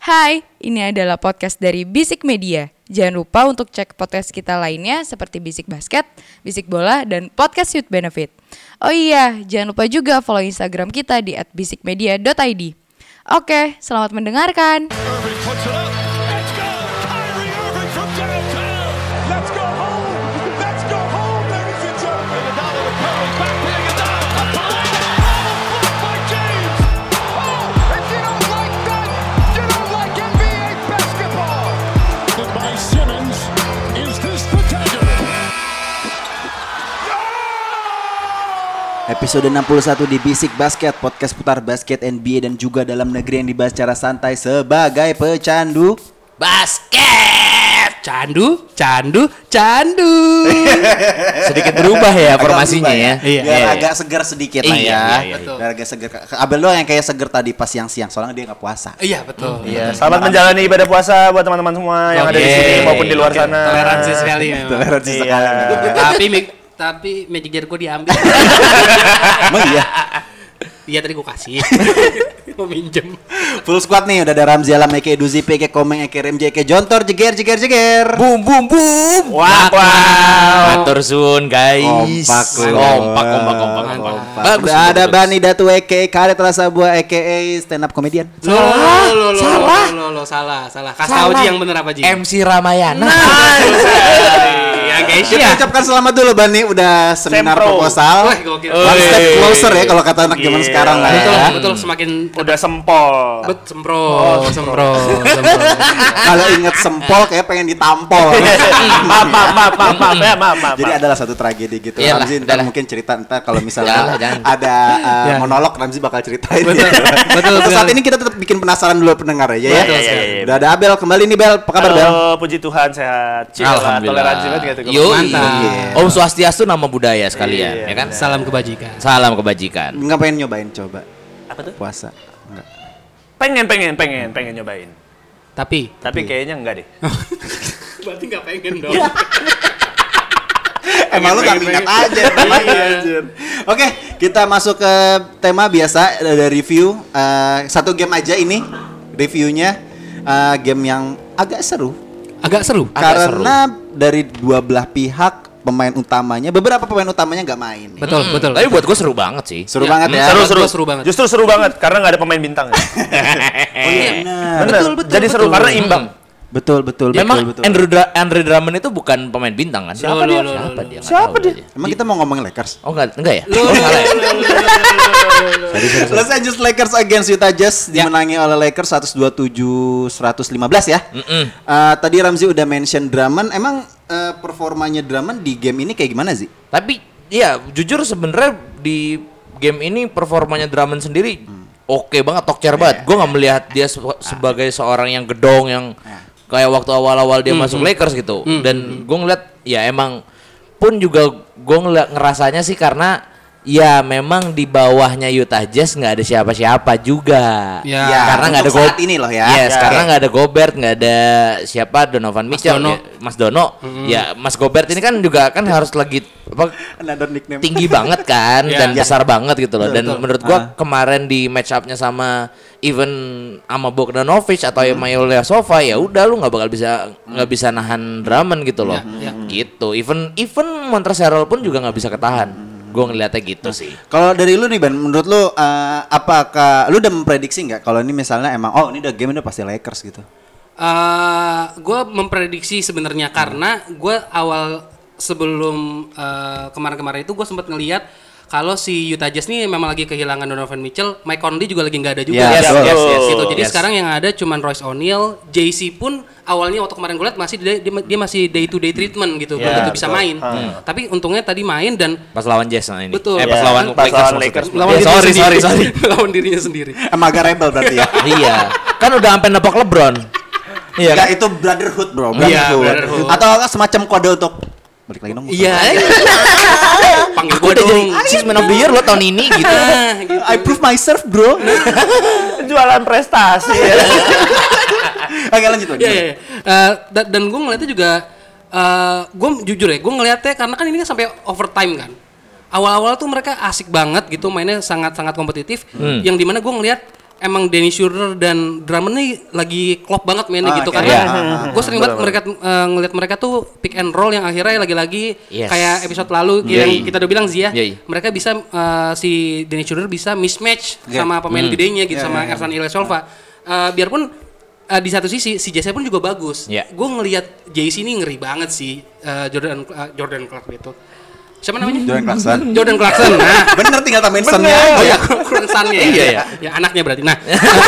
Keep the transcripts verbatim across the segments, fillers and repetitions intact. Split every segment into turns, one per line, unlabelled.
Hai, ini adalah podcast dari Bisik Media. Jangan lupa untuk cek podcast kita lainnya seperti Bisik Basket, Bisik Bola, dan Podcast Youth Benefit. Oh iya, jangan lupa juga follow Instagram kita di at bisikmedia dot i d. Oke, selamat mendengarkan.
Episode enam puluh satu di Bisik Basket, podcast putar basket N B A dan juga dalam negeri yang dibahas secara santai sebagai pecandu
basket. Candu, candu, candu. Sedikit berubah ya formasinya ya.
Iya, biar iya, agak iya. segar sedikit lah
iya,
ya.
Iya, iya,
betul. Biar agak segar. Abel doang yang kayak segar tadi pas siang-siang, soalnya dia nggak puasa.
Iya, betul.
Hmm, iya. Selamat menjalani ibadah puasa buat teman-teman semua yang okay. ada di sini maupun di luar okay. sana.
Toleransi sekali memang.
Toleransi
iya.
sekali.
Tapi Tapi magic jar gue diambil.
Emang iya?
Iya tadi gue kasih. Mau minjem.
Full squad nih, udah ada Ramzi Alam, Eke Duzi, Eke Komeng, Eke Remji, Eke Jontor, jeger, jeger, jeger.
Boom, boom, boom.
Wow, wow.
Matur suwun guys.
Kompak,
kompak, kompak, kompak, kompak.
Bagus. Udah ada Bani Datu, Eke Karet Rasa Buah, Eke stand up comedian.
Salah, salah, salah, salah, salah. Kasih tahu Ji yang bener apa Ji?
M C Ramayana.
Ya guys,
kita ucapkan selamat dulu Bani, udah seminar proposal. One step closer ya kalau kata anak zaman sekarang lah.
Betul, betul, semakin
udah sempol.
Bet semprot, semprot, semprot.
Kalau inget sempol kayak pengen ditampol.
Maaf, maaf, maaf, maaf, maaf, ya, maaf, maaf.
Jadi adalah satu tragedi gitu.
Iyalah,
Ramzi ntar mungkin cerita ntar kalau misalnya
Yalah,
ada uh,
ya.
monolog Ramzi bakal ceritain.
Betul, betul.
Untuk saat ini kita tetap bikin penasaran dulu pendengar aja ya.
Betul, ya, ya, ya.
Udah ada Abel kembali nih Bel, apa kabar Bel?
Halo, puji Tuhan sehat. Cila, toleransi banget gitu.
Yo,
mantap.
Om Swastiastu nama budaya sekalian,
iya,
ya kan?
Salam kebajikan.
Salam kebajikan.
Enggak pengen nyobain coba.
Apa tuh?
Puasa. Enggak.
Pengen, pengen, pengen, pengen nyobain.
Tapi,
tapi kayaknya enggak deh.
berarti nggak pengen dong.
Emang lu gak minat aja. Oke, kita masuk ke tema biasa, ada review uh, satu game aja ini reviewnya, uh, game yang agak seru.
Agak seru.
Karena agak seru. Dari dua belah pihak pemain utamanya, beberapa pemain utamanya nggak main. Nih.
Betul, hmm. betul.
Tapi buat gue seru banget sih.
Seru
ya,
banget ya.
Seru, seru,
seru banget.
Justru seru banget karena nggak ada pemain bintang. Ya?
Oh iya. Benar.
Betul, betul. Jadi betul. Seru karena imbang.
Betul, betul.
Memang
betul, betul.
Andrew Dra- Andre Drummond itu bukan pemain bintang kan?
Siapa dia?
Siapa dia?
Siapa dia? Emang kita mau ngomongin Lakers?
Oh enggak, enggak ya? Oh salah ya?
Los Angeles Lakers against Utah Jazz dimenangi oleh Lakers seratus dua puluh tujuh seratus lima belas ya. Uh, tadi Ramzi udah mention Drummond, emang uh, performanya Drummond di game ini kayak gimana sih?
Tapi ya jujur sebenarnya di game ini performanya Drummond sendiri hmm. oke okay banget, talk chair banget. Gue nggak melihat dia se- sebagai seorang yang gedong yang kayak waktu awal-awal dia hmm, masuk hmm. Lakers gitu. Hmm, Dan hmm. gue ngeliat ya emang pun juga gue ngeliat ngerasanya sih karena ya memang di bawahnya Utah Jazz nggak ada siapa-siapa juga.
Ya,
ya
karena nggak ada
Gobert ini loh ya.
Yes,
ya.
karena nggak ada Gobert, nggak ada siapa Donovan Mitchell,
Dono.
ya, Mas Dono. Mm-hmm. Ya Mas Gobert ini kan juga kan harus lagi apa tinggi banget kan yeah. dan yeah. besar banget gitu loh. Dan betul. Menurut gua uh. kemarin di match up-nya sama even sama Bogdanovic atau hmm. Mayolia Sova ya udah lu nggak bakal bisa nggak hmm. bisa nahan Drummond gitu loh. Yeah. Yeah. Gitu. Even even Montrezl Harrell pun juga nggak bisa ketahan. Hmm. Gue ngeliatnya gitu sih.
Kalau dari lu nih Ben, menurut lu uh, apakah lu udah memprediksi nggak kalau ini misalnya emang oh ini udah game udah pasti Lakers gitu?
Uh, gue memprediksi sebenarnya hmm. karena gue awal sebelum uh, kemarin-kemarin itu gue sempat ngelihat kalau si Utah Jazz nih memang lagi kehilangan Donovan Mitchell, Mike Conley juga lagi nggak ada juga.
Yes, yes, yes, yes,
gitu. Jadi
yes.
sekarang yang ada cuman Royce O'Neal, J C pun awalnya waktu kemarin gue lihat masih dia, dia, dia masih day to day treatment gitu, belum
yeah,
tentu bisa main. Hmm. Tapi untungnya tadi main dan
pas lawan Jazz nah ini.
Betul.
Eh pas
yeah.
lawan
pas
Lakers.
Lawan Lakers.
Lawan
yeah, sorry, sorry, sorry.
Lawan dirinya sendiri.
Emang agak rebel berarti ya.
Iya. Kan udah sampai nepok LeBron.
Iya. Enggak, itu brotherhood, bro. Brotherhood.
Iya, brotherhood.
Atau semacam kode untuk balik lagi dong.
Iya. Panggil
gue udah jadi Six Man of the Year lo tahun ini gitu.
gitu.
I prove myself, bro.
Jualan prestasi.
Oke, lanjut lagi.
Iya, iya. Uh, dan, dan gue ngeliatnya juga, uh, gue jujur ya, gue ngeliatnya karena kan ini kan sampai overtime kan. Awal-awal tuh mereka asik banget gitu, mainnya sangat-sangat kompetitif. Hmm. Yang dimana gue ngeliat emang Dennis Schroeder dan Drummond nih lagi klop banget mainnya
Ah,
gitu
okay.
karena
Iya.
gue sering banget mereka uh, ngeliat mereka tuh pick and roll yang akhirnya lagi-lagi
Yes.
kayak episode lalu
Iya,
yang
iya.
kita udah bilang Zia,
Iya, iya.
mereka bisa uh, si Dennis Schroeder bisa mismatch
Yeah.
sama pemain
Hmm.
gedenya gitu
Yeah,
sama
yeah, yeah.
Ersan Ilyasova. Uh, biarpun uh, di satu sisi si J C pun juga bagus.
Yeah.
Gue ngelihat J C ini ngeri banget sih uh, Jordan uh, Jordan Clark gitu. Siapa namanya?
Jordan Clarkson.
Jordan Clarkson. Nah,
Bener tinggal tambahin
Bener.
Son-nya
Oh
aja.
ya, kurang Son-nya ya.
Iya, iya.
Ya anaknya berarti. Nah,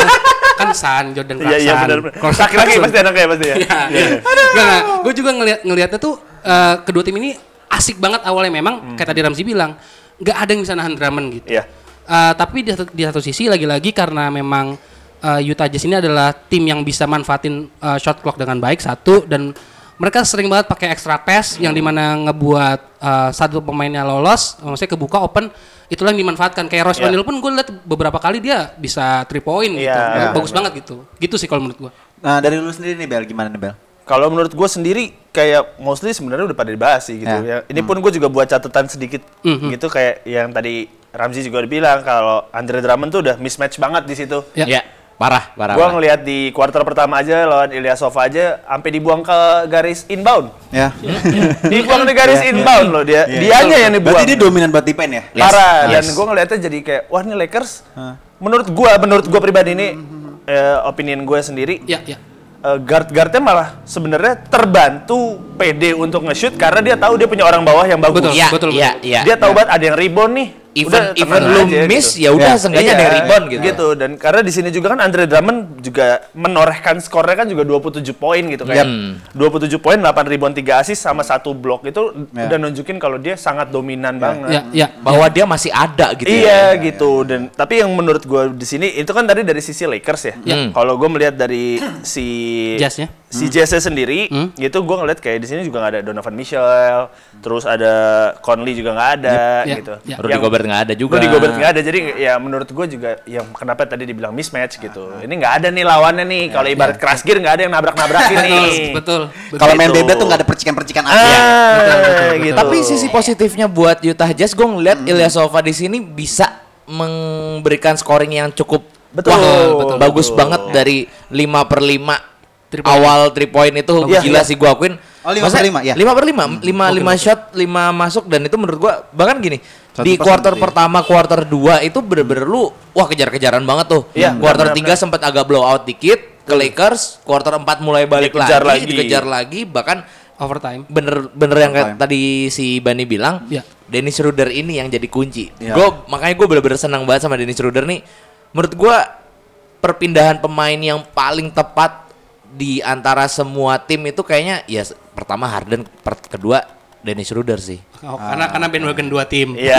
kan Son, Jordan
Iya
Clarkson.
iya benar. Laki-laki pasti anaknya pasti ya.
Iya, iya. Enggak, gue juga ngelihat ngelihatnya tuh uh, kedua tim ini asik banget awalnya memang kayak tadi Ramzi bilang, nggak ada yang bisa nahan Drummond gitu.
Iya.
Uh, tapi di satu, di satu sisi lagi-lagi karena memang uh, Utah Jazz ini adalah tim yang bisa manfaatin uh, shot clock dengan baik satu dan mereka sering banget pakai extra pass yang dimana ngebuat uh, satu pemainnya lolos, maksudnya kebuka open, itulah yang dimanfaatkan. Kayak Royce
Yeah.
O'Neal pun gue lihat beberapa kali dia bisa three point gitu,
Yeah.
bagus banget gitu. Gitu sih kalau menurut gue.
Nah, dari lu sendiri nih Bel, gimana nih Bel?
Kalau menurut gue sendiri kayak mostly sebenarnya udah pada dibahas sih gitu.
Ya.
Ya. Ini pun gue juga buat catatan sedikit
Mhm.
gitu kayak yang tadi Ramzi juga udah bilang kalau Andre Drummond tuh udah mismatch banget di situ.
Ya.
Ya, parah, parah.
Gue
parah.
ngelihat di kuarter pertama aja lawan Ilyasova aja sampai dibuang ke garis inbound.
Ya.
Dibuang di garis inbound loh dia.
Iya.
Dianya yang dibuang.
Berarti dia dominan buat defense ya?
Yes,
Parah. Dan
yes.
gue ngeliatnya jadi kayak wah ini Lakers. Menurut gue, menurut gue pribadi ini eh, opinion gue sendiri.
Ya, ya.
Uh, guard-guardnya malah sebenarnya terbantu pede untuk nge-shoot karena dia tahu dia punya orang bawah yang bagus.
Betul.
Iya,
betul,
iya, iya.
Dia tahu banget ada yang rebound nih.
Even
Udah,
even
tenang
lu
aja
miss
gitu.
ya udah
Ya.
seenggaknya ada yang rebound gitu.
Dan karena di sini juga kan Andre Drummond juga menorehkan skornya kan juga dua puluh tujuh poin gitu kayak.
Yep.
dua puluh tujuh poin, delapan rebound, tiga assist sama satu block itu
Ya.
udah nunjukin kalau dia sangat dominan banget.
Ya, ya.
Bahwa dia masih ada gitu.
Iya gitu dan tapi yang menurut gue di sini itu kan tadi dari sisi Lakers ya.
Ya.
Kalau gue melihat dari si
Jazz ya?
si Jazz sendiri
Hmm.
gitu gue ngeliat kayak di sini juga nggak ada Donovan Mitchell, terus ada Conley juga nggak ada
Yep.
gitu.
Ya.
Rudy Gobert nggak ada juga.
Rudy Gobert nggak ada jadi ya menurut gue juga yang kenapa tadi dibilang mismatch gitu. Ini nggak ada nih lawannya nih. Kalau ibarat crash gear nggak ada yang nabrak-nabrakin nih.
Betul. betul.
Kalau main
Gitu.
Beyblade tuh nggak ada percikan-percikan api.
Ah,
ya?
betul, betul,
gitu.
Tapi sisi positifnya buat Utah Jazz, gue ngeliat Ilyasova di sini bisa memberikan scoring yang cukup
Betul,
wah,
betul,
bagus
betul.
banget dari lima per lima
Three point.
awal three point itu
Iya,
gila
iya.
sih gue akuin.
Oh, lima per lima, ya?
lima per lima, lima lima shot, lima masuk dan itu menurut gue bahkan gini
Satu
di
persen
quarter
berarti.
pertama, quarter dua itu bener-bener lu wah kejar-kejaran banget tuh.
Iya,
quarter
benar,
tiga sempat agak blow out dikit ke Lakers, quarter empat mulai balik
Dikejar
lagi,
lagi.
dikejar lagi bahkan
Overtime.
bener bener yang kayak
Overtime.
tadi si Bani bilang,
Iya.
Dennis Schroeder ini yang jadi kunci.
Iya.
Gue makanya gue bener-bener senang banget sama Dennis Schroeder nih. Menurut gue perpindahan pemain yang paling tepat di antara semua tim itu kayaknya ya s- pertama Harden, per- kedua Dennis Schroeder sih.
Oh, karena karena bandwagon dua tim.
Iya.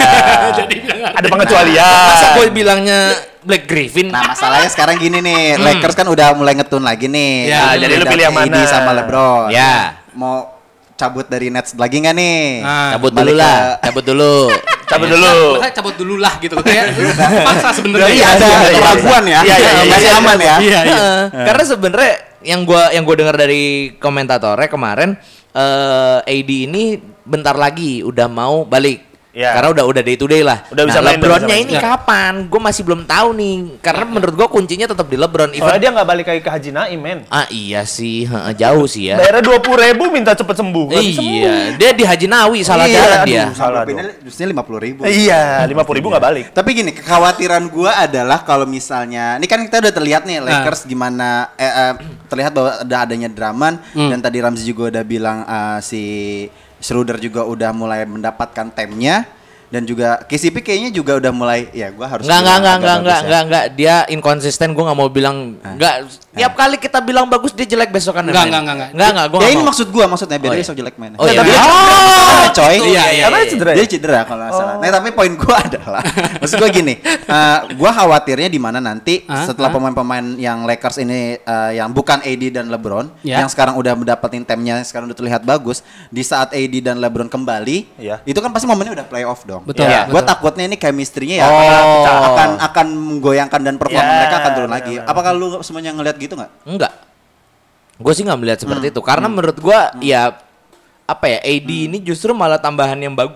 Ada pengecualian.
Masa gue bilangnya Black Griffin?
Nah, masalahnya sekarang gini nih, Lakers kan udah mulai ngetun lagi nih.
Ya,
Udah
jadi lu pilih yang
A D
mana?
sama LeBron.
Ya.
Mau cabut dari Nets lagi nggak nih?
Ah,
cabut
balik
dulu lah,
ke-
cabut dulu.
Cabut dulu.
Makanya cabut dulu lah gitu kayak paksa sebenarnya.
Berarti ada
iya, iya.
keraguan ya.
Iya, iya, iya,
Masih
iya,
aman ya.
Iya, iya.
Heeh. Karena sebenarnya yang gua yang gua dengar dari komentatornya kemarin eh A D ini bentar lagi udah mau balik.
Ya.
Karena udah udah day to day lah.
Udah bisa
nah,
main, udah
LeBronnya
bisa
ini
main. Ya.
kapan? Gue masih belum tahu nih. Karena menurut gua kuncinya tetap di LeBron.
Soalnya
Even
dia nggak balik lagi ke Haji Naim, men.
ah iya sih, heeh, jauh sih ya.
Bayarnya dua puluh ribu minta cepet sembuh. Nggak bisa sembuh.
Iya, dia di Haji Nawi salah
Iya,
jalan
aduh.
dia.
Salah
Pindah justru lima puluh ribu.
Iya, lima puluh ribu nggak balik.
Tapi gini, kekhawatiran gua adalah kalau misalnya, ini kan kita udah terlihat nih Lakers gimana eh, eh, terlihat bahwa ada adanya Drummond dan tadi Ramzi juga udah bilang eh, si Schroeder juga udah mulai mendapatkan temnya dan juga K C P kayaknya juga udah mulai ya gua harus
Enggak, enggak,
bilang
enggak,
agak
enggak,
bagus
enggak,
ya.
enggak, enggak. Dia inkonsisten, gue nggak mau bilang enggak. Tiap kali kita bilang bagus dia jelek besokan.
Enggak,
main.
enggak, enggak, enggak.
Enggak, enggak, gue
Ya ini maksud gua maksudnya biar
Oh,
dia
iya.
sok jelek mainnya.
Oh,
Nah,
iya.
tapi dia
Oh,
cedera, coy.
iya, iya,
Karena
iya.
cedera ya?
Dia cedera kalau nggak salah. Nah, tapi poin gua adalah maksud gua gini, eh, gua khawatirnya di mana nanti
Ah,
setelah
ah.
pemain-pemain yang Lakers ini eh, yang bukan A D dan LeBron
Ya.
yang sekarang udah mendapatin temnya sekarang udah terlihat bagus, di saat A D dan LeBron kembali,
Iya.
itu kan pasti momennya udah playoff dong.
Betul,
Ya. Gua
betul.
takutnya ini chemistry-nya ya
Oh.
akan akan akan menggoyangkan dan performa
Ya,
mereka akan turun
benar,
lagi.
benar.
Apakah lu semuanya ngelihat gitu nggak?
Enggak. Gue sih nggak melihat seperti
Hmm.
itu. Karena menurut gue ya apa ya A D ini justru malah tambahan yang bagus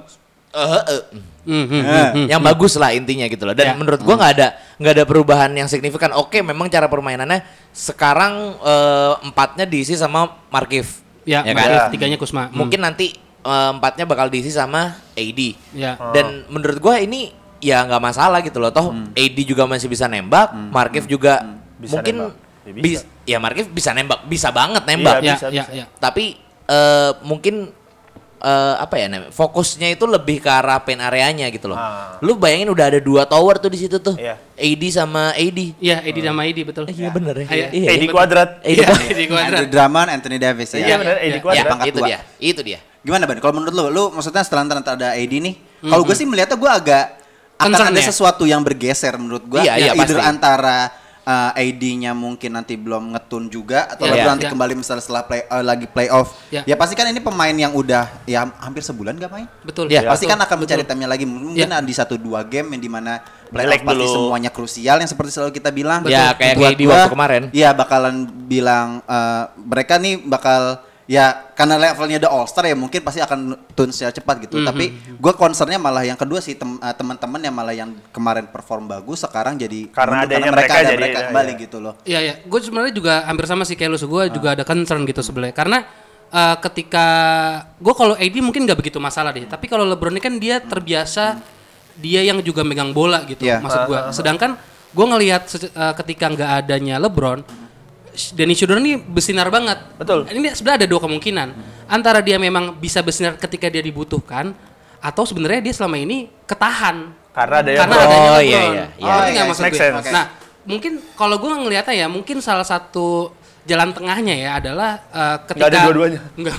Uh, uh,
Mhm,
Nah.
mhm.
yang bagus lah intinya gitu loh. Dan
Ya.
menurut gua nggak ada nggak ada perubahan yang signifikan. Oke, memang cara permainannya sekarang eh, empatnya diisi sama Markif.
Ya,
ya
Markif,
kan?
tiganya Kusma. Hmm.
Mungkin nanti eh, empatnya bakal diisi sama A D.
Ya.
Dan menurut gua ini ya nggak masalah gitu loh. Toh A D juga masih bisa nembak, Markif juga
Bisa
mungkin
nembak. Ya, bisa.
bis- ya Markif bisa nembak, bisa banget nembak.
Iya,
Ya,
bisa,
ya,
bisa.
ya.
Tapi eh, mungkin eh, apa ya namanya? Fokusnya itu lebih ke arah paint areanya gitu loh.
Ah.
Lu bayangin udah ada dua tower tuh di situ tuh.
Iya.
A D sama A D.
Iya, Edi sama Edi betul.
Iya bener ya.
Iya.
Iya.
A D kuadrat.
A D
Iya,
kuadrat.
Edi kuadrat.
Andre Drummond, Anthony Davis ya.
Iya benar, A D
Iya.
Ya,
kuadrat.
pangkat
itu
dua.
dia. Itu dia.
Gimana Ban? Kalau menurut lu, lu maksudnya setelah ntar ada A D nih, kalau gue sih melihatnya gue agak akan
Concern
ada
ya?
sesuatu yang bergeser menurut gue.
Iya, iya,
either
pasti.
antara uh, A D-nya mungkin nanti belum ngetun juga atau
Iya,
LeBron
iya.
nanti
Iya.
kembali misalnya setelah play uh, lagi playoff.
Iya.
Ya pasti kan ini pemain yang udah ya hampir sebulan gak main.
Betul.
Iya.
Pasti kan
Betul,
akan mencari
betul.
time-nya lagi. Mungkin
Iya.
di satu dua game yang dimana
Jelek
playoff pasti
dulu.
semuanya krusial yang seperti selalu kita bilang.
Ya, kayak
Buat
K D
gua,
waktu kemarin.
Iya bakalan bilang eh, mereka nih bakal ya karena levelnya The All Star ya mungkin pasti akan tune secara cepat gitu.
Mhm.
Tapi gue concernnya malah yang kedua sih tem- eh, teman-teman yang malah yang kemarin perform bagus sekarang jadi
Karena
mundur
adanya
mereka
mereka
ada
jadi-
mereka
iya,
kembali
iya.
gitu loh.
Iya ya, gue sebenarnya juga hampir sama sih kayak lu, gue juga ada concern gitu sebenarnya. Karena eh, ketika gue kalau A D mungkin nggak begitu masalah deh, tapi kalau LeBron ini kan dia terbiasa dia yang juga megang bola gitu,
Iya.
maksud gue. Sedangkan gue ngelihat se- eh, ketika nggak adanya LeBron, Dennis Schroeder ini bersinar banget.
Betul.
Ini sebenarnya ada dua kemungkinan. Antara dia memang bisa bersinar ketika dia dibutuhkan, atau sebenarnya dia selama ini ketahan.
Karena ada yang
Karena
LeBron.
adanya
Oh,
LeBron.
iya, iya, iya.
Ngerti
iya,
nggak maksud
make
gue?
sense.
Nah, mungkin kalau gue ngelihatnya ya, mungkin salah satu jalan tengahnya ya adalah eh, ketika
Nggak ada dua-duanya.
Nggak.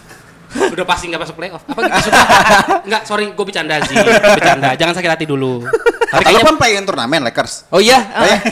Udah pasti nggak masuk playoff. Apa gitu? Sudah. Nggak, sorry, gue bercanda sih. Bercanda. Jangan sakit hati dulu.
Tapi kalau pun play in turnamen Lakers.
Oh iya.
Oh, ya?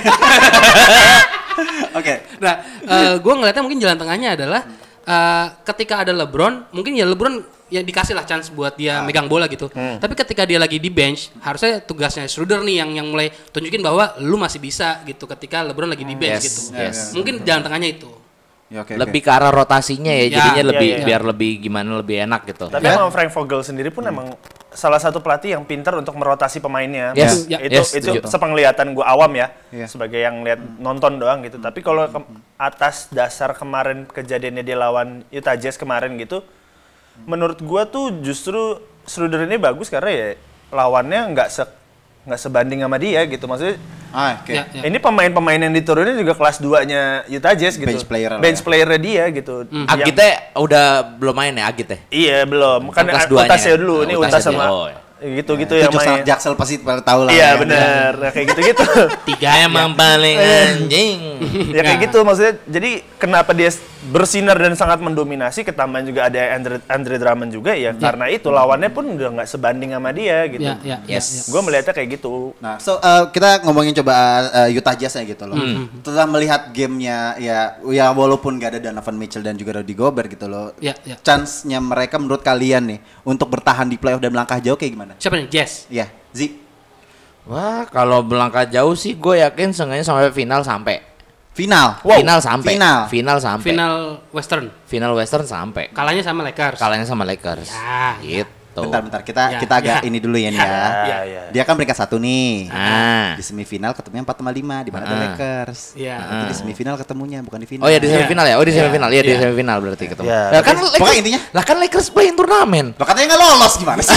Oke.
Nah, gue ngelihatnya mungkin jalan tengahnya adalah eh, ketika ada LeBron, mungkin ya LeBron ya dikasih lah chance buat dia megang bola gitu. Tapi ketika dia lagi di bench, harusnya tugasnya Schroeder nih yang yang mulai tunjukin bahwa lu masih bisa gitu ketika LeBron lagi di bench
Yes,
gitu.
yes.
Mungkin jalan tengahnya itu.
Ya, oke,
Lebih ke arah rotasinya ya,
Ya,
jadinya
iya,
lebih
iya.
biar lebih gimana lebih enak gitu.
Tapi
Ya.
emang Frank Vogel sendiri pun emang salah satu pelatih yang pintar untuk merotasi pemainnya.
Yes,
ya.
Itu
yes,
itu
setuju.
sepenglihatan gua awam ya,
Iya.
sebagai yang lihat nonton doang gitu. Tapi kalau ke- atas dasar kemarin kejadiannya dia lawan Utah Jazz kemarin gitu, menurut gua tuh justru Schroeder ini bagus karena ya lawannya nggak se nggak sebanding sama dia gitu. Maksudnya
Ah, oke.
Ya, ya.
ini pemain-pemain yang diturunin juga kelas dua-nya Utah Jazz gitu.
Bench player lah
Bench
ya.
player-nya dia gitu. Yang-
Agitnya udah belum main ya Agit ya?
Iya belum, kan
kelas
a-
duanya.
Utas ya dulu,
Oh,
ini
Utas
Utas
ya
sama
dulu. Oh, ya.
gitu-gitu
Itu
yang
jokes anak
main.
Jaksel pasti pada tahu lah.
Iya
ya.
benar, nah, kayak gitu-gitu.
Tiga
Emang paling anjing.
Ya kayak gitu maksudnya. Jadi kenapa dia bersinar dan sangat mendominasi, ketambahan juga ada Andre, Andre Drummond juga ya, karena itu lawannya pun udah nggak sebanding sama dia gitu.
Ya, ya, ya,
Yes.
ya.
Gue melihatnya kayak gitu.
Nah, so uh, kita ngomongin coba uh, Utah Jazz ya gitu loh.
Hmm.
Setelah melihat gamenya ya, ya walaupun gak ada Donovan Mitchell dan juga Rudy Gobert gitu loh.
Ya, ya.
Chance-nya mereka menurut kalian nih untuk bertahan di playoff dan melangkah jauh kayak gimana?
Siapa nih? Jazz.
Ya, Z.
Wah, kalau melangkah jauh sih gue yakin seenggaknya sampai final sampai.
Final.
Final sampai.
Final.
Final sampai.
Final Western.
Final Western sampai.
Kalahnya sama Lakers.
Kalahnya sama Lakers.
Ya,
gitu.
Bentar-bentar kita
Ya,
kita agak
ya.
ini dulu ya nih ya.
Ya, ya.
Dia kan peringkat satu nih.
Ah.
Di semifinal ketemunya empat sama lima di mana ada
Ah.
Lakers.
Iya.
Nanti di semifinal ketemunya bukan di final.
Oh ya di semifinal ya? Oh di
Iya.
semifinal. Iya di
Iya.
semifinal berarti ketemu.
Iya.
Lah kan
Pokoknya
Lakers,
intinya.
lah kan Lakers play-in turnamen.
Lo katanya nggak lolos gimana sih?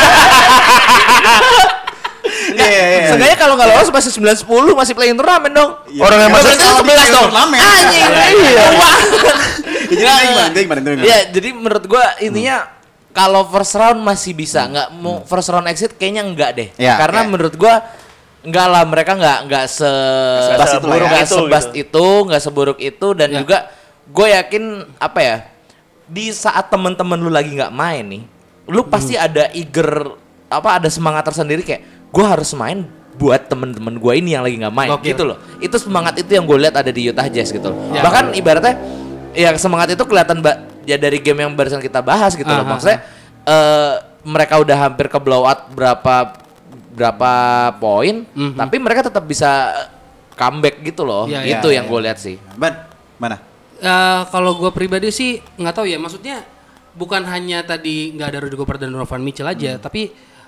Iya, iya, iya.
Seenggaknya kalau nggak lolos masih sembilan sepuluh masih play-in turnamen dong.
Orang yang masuk
Maksudnya sebelas dong.
Turnamen.
Anjing.
Iya.
Iya.
Ya, jadi gimana? Jadi gimana? Jadi gimana?
Ya, jadi menurut gua intinya kalau first round masih bisa, nggak mau first round exit kayaknya enggak deh.
Ya,
Karena
ya.
menurut gua enggak lah, mereka nggak nggak se
Sebas itu lah ya.
nggak
Itu,
sebas
gitu.
itu, nggak seburuk itu dan
Ya.
juga gue yakin apa ya, di saat temen-temen lu lagi nggak main nih, lu pasti ada eager apa ada semangat tersendiri kayak gue harus main buat temen-temen gue ini yang lagi nggak main
Gokil.
gitu loh. Itu semangat itu yang gue lihat ada di Utah Jazz gitu.
Ya.
Bahkan ibaratnya ya semangat itu kelihatan ba- ya dari game yang barusan kita bahas gitu loh.
Aha.
Maksudnya eh, mereka udah hampir ke blowout berapa berapa poin,
Mhm.
tapi mereka tetap bisa comeback gitu loh.
Ya,
itu
ya,
yang
ya.
gue lihat sih.
Ban, mana?
Eh, kalau gue pribadi sih nggak tahu ya, maksudnya bukan hanya tadi nggak ada Rudy Gobert dan Donovan Mitchell aja, tapi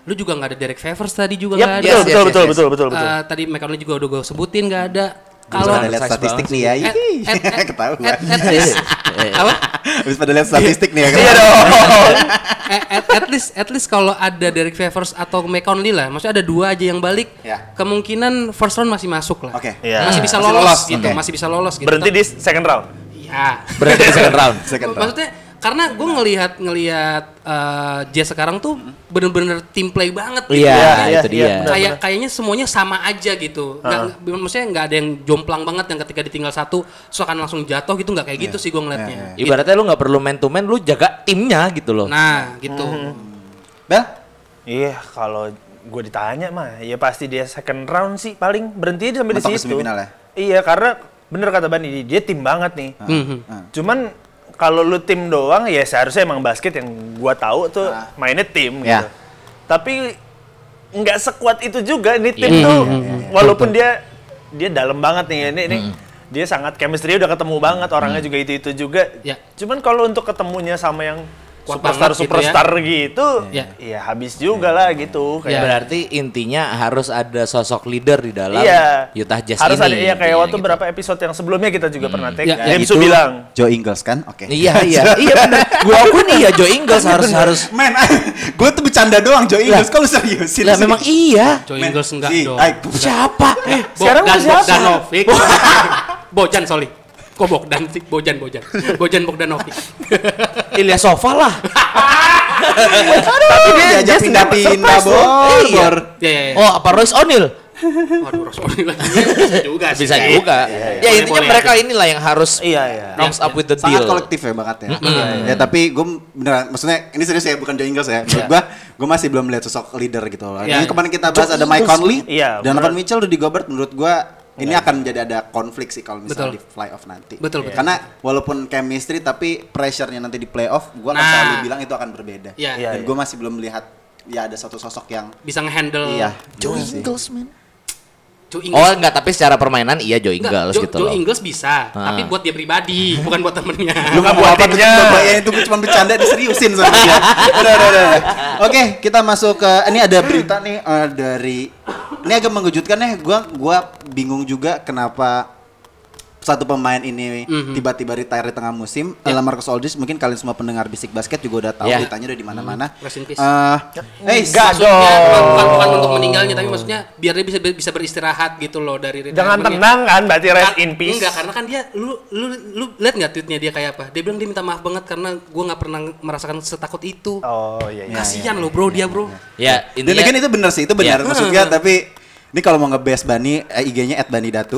lu juga nggak ada Derek Favors tadi juga
Yap,
nggak ada.
betul,
Yes,
betul,
yes,
betul,
yes.
betul, betul, betul.
Uh, tadi McConnell juga udah gue sebutin nggak ada.
Kalau
Kalau
pada lihat
Precise
statistik
banget
nih ya,
at, at, at,
ketahuan.
at, at least apa?
Habis pada lihat statistik nih ya.
Iya dong.
at, at, at least at least kalau ada Derek Favors atau McConnell lah, maksudnya ada dua aja yang balik,
Ya.
kemungkinan first round masih masuk lah.
Oke.
Iya.
Masih bisa
Masih
lolos,
lolos,
gitu,
oke.
masih bisa lolos gitu.
Berhenti di second round.
Ya.
Berarti di second round.
Second round.
Maksudnya karena gue ngelihat ngelihat uh, Jazz sekarang tuh bener-bener team play banget gitu.
Iya,
Iya,
itu
iya,
dia.
benar.
Kayak kayaknya semuanya sama aja gitu. Nggak, nggak- maksudnya nggak ada yang jomplang banget yang ketika ditinggal satu terus akan langsung jatuh gitu, nggak kayak gitu sih gue ngeliatnya.
Ibaratnya lu nggak perlu man to man, lu jaga timnya gitu loh.
Nah, gitu.
Bel?
Iya, kalau gue ditanya mah, ya pasti dia second round sih paling berhenti sampai di
Mentok ke
situ.
semifinal ya?
Iya, karena bener kata Bani, dia tim banget nih.
Mhm.
Cuman kalau lu tim doang ya seharusnya emang basket yang gua tahu tuh mainnya tim
Ya.
gitu. Tapi nggak sekuat itu juga nih
Iya.
tim tuh. Walaupun dia dia dalam banget nih ini ini dia sangat chemistry udah ketemu banget, orangnya juga itu-itu juga.
Ya.
Cuman kalau untuk ketemunya sama yang
Kuat
superstar
banget gitu
superstar gitu,
Ya.
ya habis juga lah gitu.
Ya.
Kayak
Berarti intinya harus ada sosok leader di dalam
Iya.
Utah Jazz
harus
ini.
ada iya kayak
intinya
waktu
gitu.
berapa episode yang sebelumnya kita juga pernah take.
Ya,
ya
James
itu-
bilang,
Joe Ingles kan? Oke.
Iya iya iya benar. Gua akuin iya Joe Ingles harus harus.
Men, gue tuh bercanda doang Joe Ingles. Kok lu seriusin
Lah
sih?
memang iya.
Joe
Men,
Ingles enggak
si,
dong.
ay,
Siapa?
sekarang
Bogdan
tuh siapa?
Bogdanovic. Bojan sorry. Kok Bogdan sih? Bojan Bojan. Bojan Bogdanovic.
Ilyasova lah.
Tapi dia diajak pindah-pindah, Bor.
Iya.
Bor.
Ya ya ya.
Oh apa Royce O'Neal?
Waduh, Rosoni lagi. Bisa juga sih.
Bisa
Kayak-
juga.
Iya, iya.
Ya
Boleh,
intinya
boleh
mereka
aja.
inilah yang harus
Iya, iya.
comes up with the
Sangat
deal.
kolektif ya bakatnya. Ya tapi gue beneran, maksudnya ini serius ya, bukan Joe Ingles ya. Menurut gue, gue masih belum melihat sosok leader gitu loh.
Iya.
Yang kemarin kita bahas ada Mike Conley
Iya,
dan
bener.
Donovan Mitchell, Rudy Gobert. Menurut gue ini akan menjadi ada konflik sih kalau misalnya
Betul.
di playoff nanti.
Betul, betul.
Karena walaupun chemistry tapi pressure-nya nanti di playoff, gue akan
Nah.
selalu bilang itu akan berbeda.
Iya.
Iya,
Dan
iya.
gue masih belum melihat ya ada satu sosok yang
Bisa ngehandle
iya.
Joe
gitu sih.
Ingles man.
Joe Ingles.
Oh enggak, tapi secara permainan iya Joe
Enggak,
Ingles
Joe,
gitu
Joe
loh.
Ingles bisa,
Ah.
tapi buat dia pribadi, bukan buat temennya.
Lu nggak buat timnya. Bayangin itu gue cuma bercanda diseriusin sama dia. Udah, udah, udah. Oke, kita masuk ke ini ada berita nih eh, dari ini agak mengejutkan nih. Gua gua bingung juga kenapa satu pemain ini tiba-tiba retire di tengah musim.
Ya.
LaMarcus Aldridge, mungkin kalian semua pendengar Bisik Basket juga udah tahu
Ya.
beritanya udah di mana-mana.
Rest in peace.
Eh, eh,
Enggak
Maksudnya
dong.
bukan, bukan, bukan untuk meninggalnya, tapi maksudnya biar dia bisa bisa beristirahat gitu loh dari
Dengan
retirement-nya.
tenang kan, berarti rest
Ka-
in peace.
Enggak, karena kan dia lu lu lu lihat nggak tweetnya dia kayak apa? Dia bilang dia minta maaf banget karena gua nggak pernah merasakan setakut itu.
Oh iya iya.
Kasihan loh bro dia bro.
Ya
Dan
intinya
again itu benar sih, itu benar
Iya.
maksudnya. Tapi ini kalau mau nge-best Bani, eh, I G-nya at Bani Datu.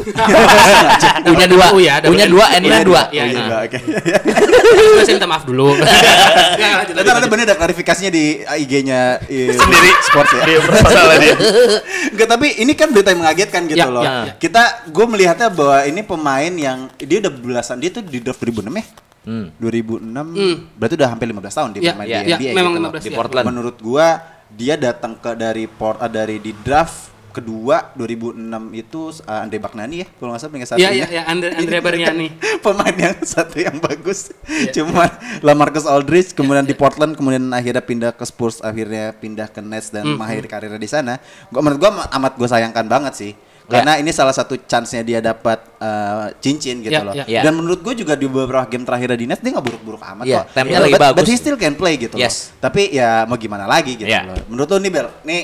punya dua,
U ya, ada
punya
U.
dua, N-nya dua.
Iya,
Oh, iya,
iya.
dua, oke.
Terus saya minta maaf dulu. Nggak, lanjut,
Nanti
lanjut,
nanti
lanjut.
Bani ada klarifikasinya di I G-nya
Sendiri.
sports ya.
Dia personalnya dia.
Enggak, tapi ini kan berita yang mengagetkan gitu
Ya,
loh.
ya, ya.
Kita, gue melihatnya bahwa ini pemain yang dia udah belasan, dia tuh di draft dua ribu enam ya.
Hmm.
dua ribu enam,
Hmm.
berarti udah hampir lima belas tahun dia
Ya,
bermain
ya,
di
ya,
N B A.
memang
gitu
lima
loh.
belas
Di
ya.
Portland.
Menurut gua dia datang ke dari port uh, dari di draft kedua dua ribu enam itu uh, Andre Bagnani ya, kalau nggak salah peringkat satu.
Iya, iya, iya, Andre- Andre Bargnani.
Pemain yang satu yang bagus.
Iya.
Cuman LaMarcus Aldridge kemudian di Portland, kemudian akhirnya pindah ke Spurs, akhirnya pindah ke Nets dan
Hmm,
mengakhiri karirnya di sana. Gua menurut gua ama- amat gua sayangkan banget sih. Karena ini salah satu chance-nya dia dapat uh, cincin gitu
Ya,
loh.
ya.
Ya.
Dan menurut gue juga di beberapa game terakhir di Nets dia nggak buruk-buruk amat
Iya,
kok.
timenya
But-
lagi
but-
bagus.
But he still can play gitu
Yes.
loh. Tapi ya mau gimana lagi gitu
Ya.
loh. Menurut lu nih Bel, nih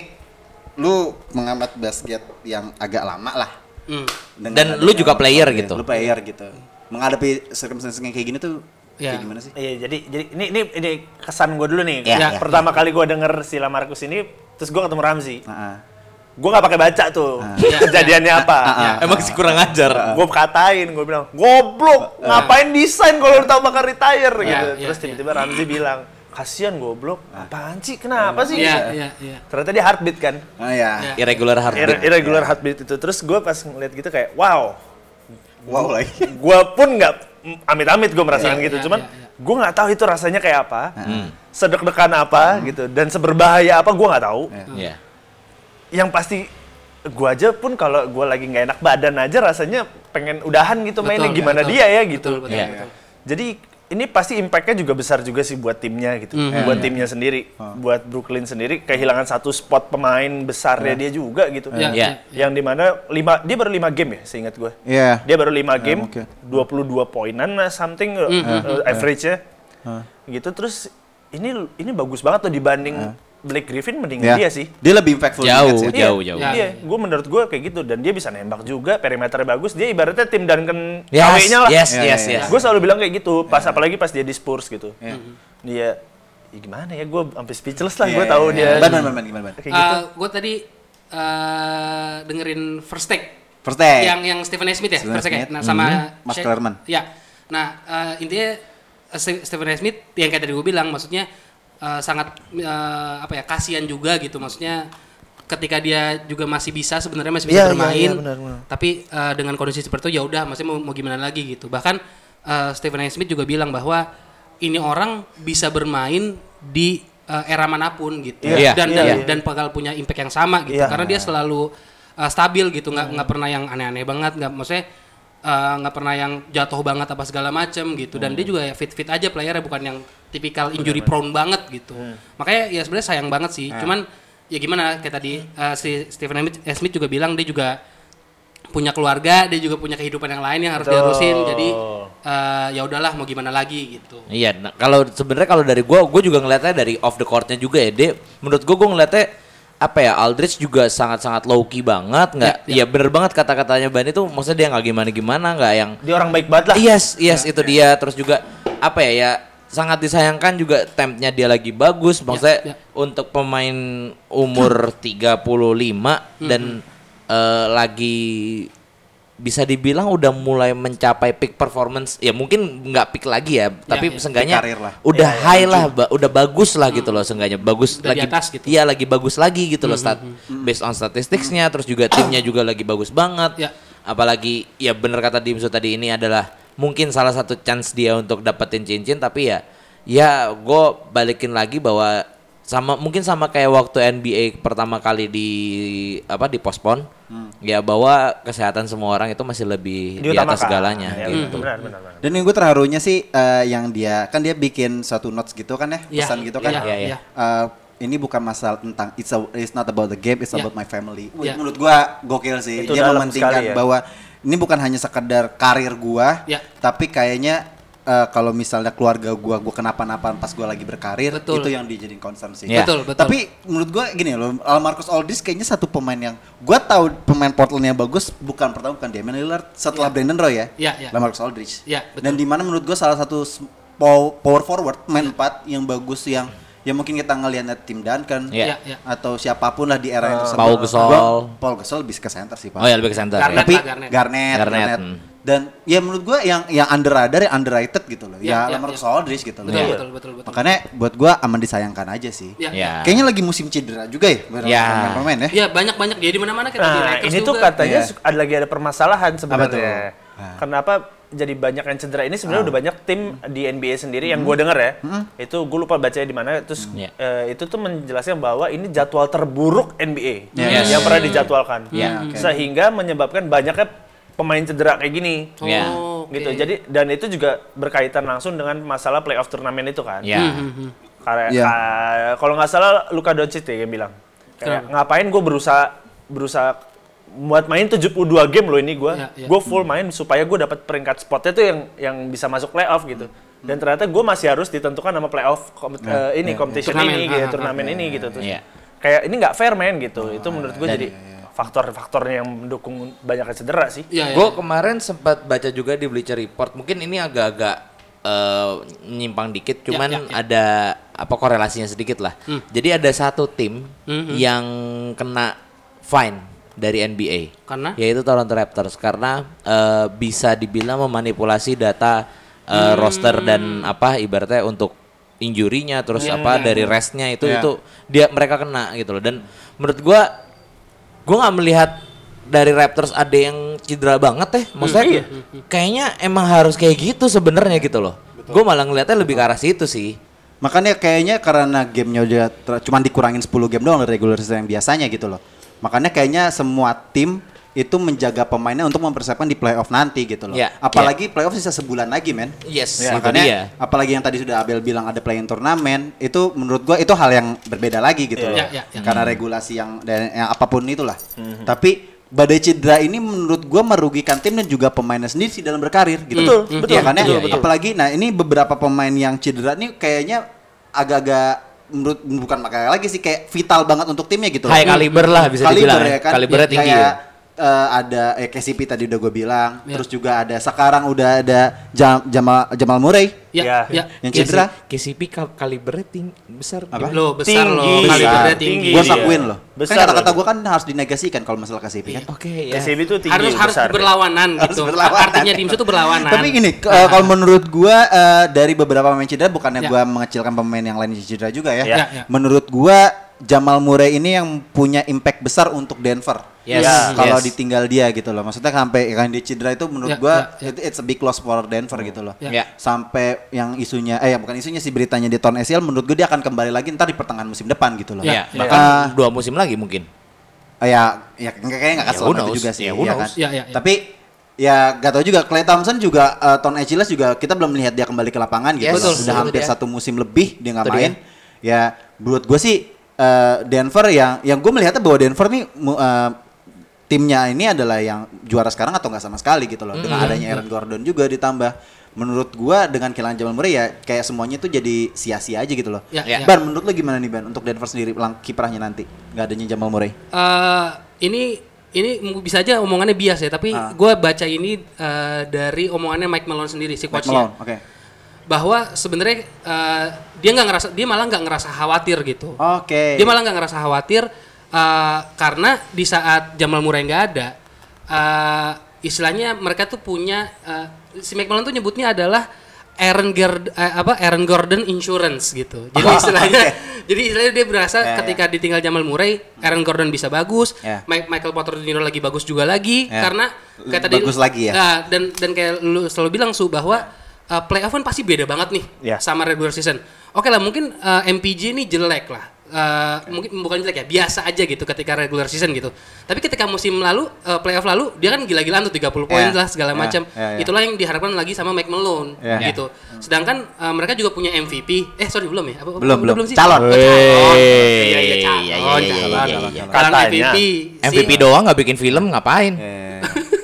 lu mengamat basket yang agak lama lah.
Hmm.
Dengan
Dan
adanya
lu juga
LaMarcus
player
Aldridge.
gitu.
Lu player gitu. Menghadapi circumstance kayak gini tuh
Ya.
kayak gimana sih?
Iya, jadi jadi ini ini ini kesan gue dulu nih.
Iya, iya.
Pertama kali gue denger si LaMarcus ini, terus gue ketemu Ramzi.
Heeh.
Gue nggak pakai baca tuh
Iya,
kejadiannya apa.
Emang sih kurang ajar.
Gue katain, gue bilang goblok, ngapain desain kalau lu tahu bakal retire gitu.
Iya,
Terus
iya,
tiba-tiba Ramzi bilang, kasihan goblok, apaan sih, kenapa sih?
Iya, iya, iya.
Ternyata dia heartbeat kan,
Oh ya.
Ya.
Irregular heartbeat.
Ir- irregular heartbeat itu. Terus gue pas ngeliat gitu kayak, wow,
Wow lagi.
gue pun nggak amit-amit gue merasakan
Iya,
gitu,
iya,
cuman
iya, iya.
gue nggak tahu itu rasanya kayak apa, sedek-dekan apa gitu, dan seberbahaya apa gue nggak tahu.
Iya.
Yang pasti gue aja pun kalau gue lagi nggak enak badan aja rasanya pengen udahan gitu
Betul,
mainnya gimana
betul.
dia ya gitu.
Betul, betul,
Iya.
betul.
Jadi ini pasti impact-nya juga besar juga sih buat timnya gitu, mm-hmm. buat timnya sendiri, oh. buat Brooklyn sendiri kehilangan satu spot pemain besarnya yeah. dia juga gitu,
yeah. Yeah.
yang dimana lima dia baru lima game ya, seingat gue,
yeah.
dia baru lima game,
yeah, okay.
dua puluh dua poinan something mm-hmm. uh, average-nya, uh. gitu terus ini ini bagus banget tuh dibanding uh. Blake Griffin mending yeah. dia sih.
Dia lebih impactful
jauh,
ya?
jauh, jauh.
Iya, yeah. gue menurut gue kayak gitu dan dia bisa nembak juga, perimeternya bagus. Dia ibaratnya tim Duncan
yes,
K W-nya lah.
Yes, yes, yes. yes.
Gue selalu bilang kayak gitu, pas
yeah.
apalagi pas dia di Spurs gitu. Yeah. Dia ya gimana ya, gue sampai speechless lah. Yeah, gue tahu yeah, dia.
Ban, ban, ban, gimana ban?
Kayak gitu. Uh, gue tadi uh, dengerin First Take.
First Take.
Yang yang Stephen A. Smith ya,
Stephen
First Take.
Smith.
Nah, sama
mm-hmm. Mas Klerman.
Ya. Nah, uh, intinya uh, Stephen A. Smith yang kayak tadi gue bilang, maksudnya Uh, sangat uh, apa ya, kasihan juga gitu, maksudnya ketika dia juga masih bisa sebenarnya masih bisa yeah, bermain yeah, yeah, benar, benar. Tapi uh, dengan kondisi seperti itu ya udah, maksudnya mau, mau gimana lagi gitu. Bahkan uh, Stephen A. Smith juga bilang bahwa ini orang bisa bermain di uh, era manapun gitu
yeah,
dan
yeah,
dan,
yeah.
dan bakal punya impact yang sama gitu yeah. karena dia selalu uh, stabil gitu, nggak nggak pernah yang aneh-aneh banget, nggak maksudnya nggak uh, pernah yang jatuh banget apa segala macem gitu, dan hmm. dia juga ya fit-fit aja playernya, bukan yang tipikal injury prone banget gitu. Hmm. Makanya ya sebenarnya sayang banget sih. Hmm. Cuman ya gimana, kayak tadi uh, si Stephen A. Smith juga bilang dia juga punya keluarga, dia juga punya kehidupan yang lain yang harus oh. diurusin. Jadi uh, ya udahlah mau gimana lagi gitu.
Iya, nah, kalau sebenarnya kalau dari gue, gue juga ngeliatnya dari off the court-nya juga ya. Dia menurut gue, gue ngeliatnya apa ya, Aldridge juga sangat-sangat low key banget, nggak? Iya ya, ya bener banget kata-katanya Ban itu, maksudnya dia nggak gimana-gimana, nggak yang
dia orang baik banget lah.
Yes, yes ya, itu
ya.
dia. Terus juga apa ya, ya sangat disayangkan juga tempnya dia lagi bagus, maksudnya ya, ya. untuk pemain umur tiga puluh lima hmm. dan uh, lagi bisa dibilang udah mulai mencapai peak performance, ya mungkin nggak peak lagi ya, ya tapi ya, seenggaknya udah ya, high ya, lah, ba- udah bagus lah hmm. gitu loh, seenggaknya bagus udah lagi, gitu. Iya lagi bagus lagi gitu hmm, loh, stat hmm, based on statisticsnya, terus juga timnya juga lagi bagus banget, ya. Apalagi ya bener kata Dimsu tadi, ini adalah mungkin salah satu chance dia untuk dapetin cincin, tapi ya ya gue balikin lagi bahwa sama mungkin sama kayak waktu N B A pertama kali di apa di postpone hmm. ya, bahwa kesehatan semua orang itu masih lebih di, di atas segalanya ya, gitu.
Benar, benar, benar.
Dan yang gue terharunya sih uh, yang dia kan dia bikin suatu notes gitu kan ya, pesan ya, gitu kan.
Ya, ya, ya.
Uh, ini bukan masalah tentang it's a, it's not about the game, it's ya. about my family.
Ya.
Menurut gue gokil sih.
Itu
dia mementingkan ya. bahwa ini bukan hanya sekedar karir gue, ya. tapi kayaknya Uh, kalau misalnya keluarga gue, gue kenapa-napa pas gue lagi berkarir, betul. itu yang dijadiin concern sih.
Yeah.
Betul, betul.
Tapi menurut gue gini loh, Marcus Aldridge kayaknya satu pemain yang gue tahu pemain Portland yang bagus, bukan pertama bukan Damian Lillard, setelah yeah. Brandon Roy ya,
yeah, yeah.
Marcus Aldridge.
Yeah,
dan di mana menurut gue salah satu power forward, main empat yang bagus, yang ya mungkin kita ngelihatnya tim Duncan
yeah.
Yeah, yeah.
atau siapapun lah di era yang tersebut.
Paul Gasol.
Paul Gasol lebih ke center sih Pak.
Oh ya lebih ke center.
Garnett,
Tapi
lah, Garnett.
Garnett,
Garnett.
Garnett.
Hmm.
Dan ya menurut gue yang yang under radar, yang underrated gitu loh.
Ya,
ya,
ya
Marcus
ya.
Aldridge gitu loh.
Betul,
Ya.
betul, betul, betul.
Makanya buat gue aman disayangkan aja sih.
Ya.
Ya.
Kayaknya lagi musim cedera juga ya
Ya.
pemain-pemain ya.
Iya, banyak-banyak dia di mana-mana kayak
Nah,
di Lakers
ini
juga.
tuh katanya
Ya.
su- ada lagi ada permasalahan sebenarnya.
Nah.
Kenapa jadi banyak yang cedera ini sebenarnya
Ah.
udah banyak tim di N B A sendiri yang gue denger ya. Hmm. Itu gue lupa bacanya di mana, terus
Hmm.
eh, itu tuh menjelaskan bahwa ini jadwal terburuk N B A
Yes.
yang pernah dijadwalkan.
Yeah.
Okay.
Sehingga menyebabkan banyaknya pemain cedera kayak gini.
Oh,
Ya.
oke.
Gitu. Jadi dan itu juga berkaitan langsung dengan masalah playoff turnamen itu kan.
Ya.
Karena
Iya.
ka- kalau nggak salah Luka Doncic ya yang bilang. Kayak ngapain gue berusaha berusaha buat main tujuh puluh dua game loh ini gue.
Iya, iya.
Gue full main supaya gue dapat peringkat spotnya tuh yang yang bisa masuk playoff gitu. Dan ternyata gue masih harus ditentukan sama playoff kom-
Nah,
eh, ini
iya,
competition
iya.
ini
Turnamen.
gitu,
Ah,
turnamen
ah,
ini
iya,
gitu
iya,
tuh.
iya.
Kayak ini nggak fair man gitu. Itu menurut gue
Dan-
jadi faktor-faktornya yang mendukung banyaknya cedera sih.
Iya, iya.
Gue kemarin sempat baca juga di Bleacher Report, mungkin ini agak-agak uh, nyimpang dikit, cuman
ya, ya.
ada apa korelasinya sedikit lah.
Hmm.
Jadi ada satu tim
Hmm, hmm.
yang kena fine dari N B A,
Karena?
yaitu Toronto Raptors, karena uh, bisa dibilang memanipulasi data uh, roster dan apa ibaratnya untuk injurinya, terus
Ya,
apa
ya,
dari
ya.
restnya itu
Ya.
itu dia mereka kena gitu loh. Dan menurut gue gue nggak melihat dari Raptors ada yang cedera banget teh, maksudnya
Hmm.
kayaknya emang harus kayak gitu sebenarnya gitu loh. Gue malah ngelihatnya lebih ke arah situ sih.
Makanya kayaknya karena gamenya udah ter- cuman dikurangin sepuluh game doang dari regular season yang biasanya gitu loh. Makanya kayaknya semua tim itu menjaga pemainnya untuk mempersiapkan di playoff nanti gitu loh.
Ya,
Apalagi ya. playoff sisa sebulan lagi, men.
Yes,
Ya,
itu
makanya
dia.
apalagi yang tadi sudah Abel bilang ada play-in turnamen, itu menurut gua itu hal yang berbeda lagi gitu
Ya,
loh.
ya, ya, ya.
Karena regulasi yang dan yang apapun itulah. Mm-hmm. Tapi badai cedera ini menurut gua merugikan tim dan juga pemainnya sendiri sih dalam berkarir gitu.
Betul,
Mm.
betul,
Ya, kan ya?
betul, betul.
Apalagi nah ini beberapa pemain yang cedera nih kayaknya agak-agak menurut bukan makanya lagi sih kayak vital banget untuk timnya gitu loh.
High caliber lah bisa
Kaliber
dibilang.
ya kan.
Kalibernya tinggi
Kayak,
ya.
eh, ada eh, K C P tadi udah gue bilang,
Ya.
terus juga ada sekarang udah ada Jam, Jamal Jamal Murray
Ya,
Ya.
ya.
yang cedera.
K C P kal- kalibernya tinggi besar.
Apa?
Lo besar lo,
Tinggi.
kalibernya
Besar.
tinggi.
Tinggi.
Gue
Iya.
sakuin loh.
Besar
Kan kata-kata
loh.
gue kan harus dinegasikan kalau masalah K C P kan.
Oke
K
ya.
C B itu tinggi
harus harus
besar.
berlawanan
Harus
gitu.
berlawanan.
Artinya tim itu berlawanan.
Tapi gini, k- eh, kalau menurut gue eh, dari beberapa pemain cedera, bukannya
Ya.
gue mengecilkan pemain yang lain yang cedera juga ya.
Ya.
Ya, ya.
Menurut gue Jamal Murray ini yang punya impact besar untuk Denver.
Yes.
Ya.
Kalau
Yes.
ditinggal dia gitu loh. Maksudnya sampai kan dia cedera itu menurut
Ya,
gua
ya, ya.
itu it's a big loss for Denver gitu loh.
Ya.
Ya.
Sampai yang isunya eh bukan isunya sih beritanya di torn A C L menurut gua dia akan kembali lagi ntar di pertengahan musim depan gitu loh.
Ya,
Ya.
bahkan
Ah.
dua musim lagi mungkin.
Eh, ya ya kayaknya enggak
Ya,
selama
who
itu
knows?
juga sih
Ya, who
ya
knows?
kan.
Ya, ya, ya.
Tapi ya gak tahu juga Klay Thompson juga uh, torn Achilles juga kita belum melihat dia kembali ke lapangan gitu.
Yes,
loh.
betul,
Sudah
betul
hampir
dia.
satu musim lebih dia nggak
Itu
main. Ya menurut gua sih uh, Denver yang yang gue melihatnya bahwa Denver nih mu- uh, timnya ini adalah yang juara sekarang atau nggak sama sekali gitu loh. Dengan adanya Aaron Gordon juga ditambah. Menurut gua dengan kehilangan Jamal Murray ya kayak semuanya tuh jadi sia-sia aja gitu loh.
Ya,
Ya.
ya.
Ban, menurut lo gimana nih Ban untuk Denver sendiri lang kiprahnya nanti nggak adanya Jamal Murray?
Eh, ini ini m- bisa aja omongannya bias ya, tapi
Ah.
gue baca ini eh, dari omongannya Mike Malone sendiri si
Mike
coachnya,
Malone, oke.
bahwa sebenarnya eh, dia nggak ngerasa, dia malah nggak ngerasa khawatir gitu.
Oke.
Dia malah nggak ngerasa khawatir eh, karena di saat Jamal Murray nggak ada, eh, istilahnya mereka tuh punya eh, si Mike Malone tuh nyebutnya adalah Aaron Gordon, apa Aaron Gordon Insurance gitu. Jadi
Oh,
istilahnya,
oke.
jadi istilahnya dia berasa
Ya, ya.
ketika ditinggal Jamal Murray, Aaron Gordon bisa bagus,
Ya.
Ma- Michael Porter Junior lagi bagus juga lagi,
Ya.
karena
L-
kayak tadi
bagus lagi ya.
Nah, dan dan kayak lu selalu bilang Su bahwa uh, playoff kan pasti beda banget nih
Ya.
sama regular season. Oke lah, mungkin uh, M P J ini jelek lah. Uh, mungkin bukan jelek ya, biasa aja gitu ketika regular season gitu. Tapi ketika musim lalu, uh, playoff lalu, dia kan gila-gilaan tuh tiga puluh poin
Ya.
lah segala
Ya.
macam.
Ya, ya.
Itulah yang diharapkan lagi sama Mike Malone
Ya.
gitu. Sedangkan uh, mereka juga punya M V P. Eh sorry belum ya? Apa,
Belum,
udah
belum.
sih?
Calon.
Oh, calon.
Wey.
Iya iya calon.
Iya, iya, iya,
calon.
iya, iya, iya.
Calon
Katanya.
M V P.
M V P
si-
doang nggak bikin film ngapain?
Eh,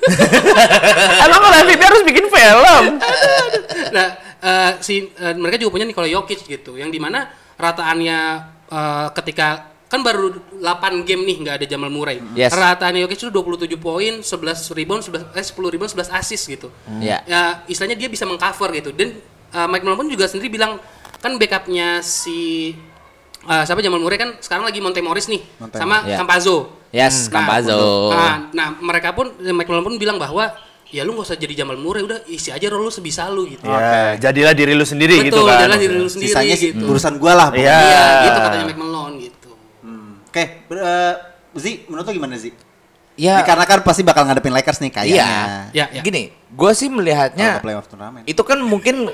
Emang kalau M V P harus bikin film?
Nah, eh, si eh, mereka juga punya Nikola Jokic gitu, yang dimana rataannya eh, ketika kan baru delapan game nih nggak ada Jamal Murray.
Yes.
Rataannya Jokic itu dua puluh tujuh poin, sebelas rebound, sebelas eh sepuluh rebound, sebelas assist gitu.
Ya.
Ya, istilahnya dia bisa mengcover gitu. Dan eh, Mike Malone pun juga sendiri bilang kan backupnya si eh, siapa Jamal Murray kan sekarang lagi Monte Morris nih
Monte
sama
Ya.
Campazzo.
Yes,
Nah,
Campazzo.
Nah, nah, mereka pun Mike Malone pun bilang bahwa ya lu gak usah jadi Jamal Murray, udah isi aja role lu sebisa lu gitu.
Ya, jadilah diri lu sendiri gitu
Betul,
kan.
jalan diri lu sendiri
sisanya sih
gitu.
urusan gua lah.
Iya.
pokoknya.
Iya, gitu katanya Mike Malone gitu.
Hmm. Oke, ber- eh, Zi, menurut lo gimana Zi?
Ya,
Dikarenakan pasti bakal ngadepin Lakers nih kayaknya.
iya.
Ya, ya.
Gini, gue sih
Kalau
melihatnya
ke playoff turnamen.
itu kan mungkin,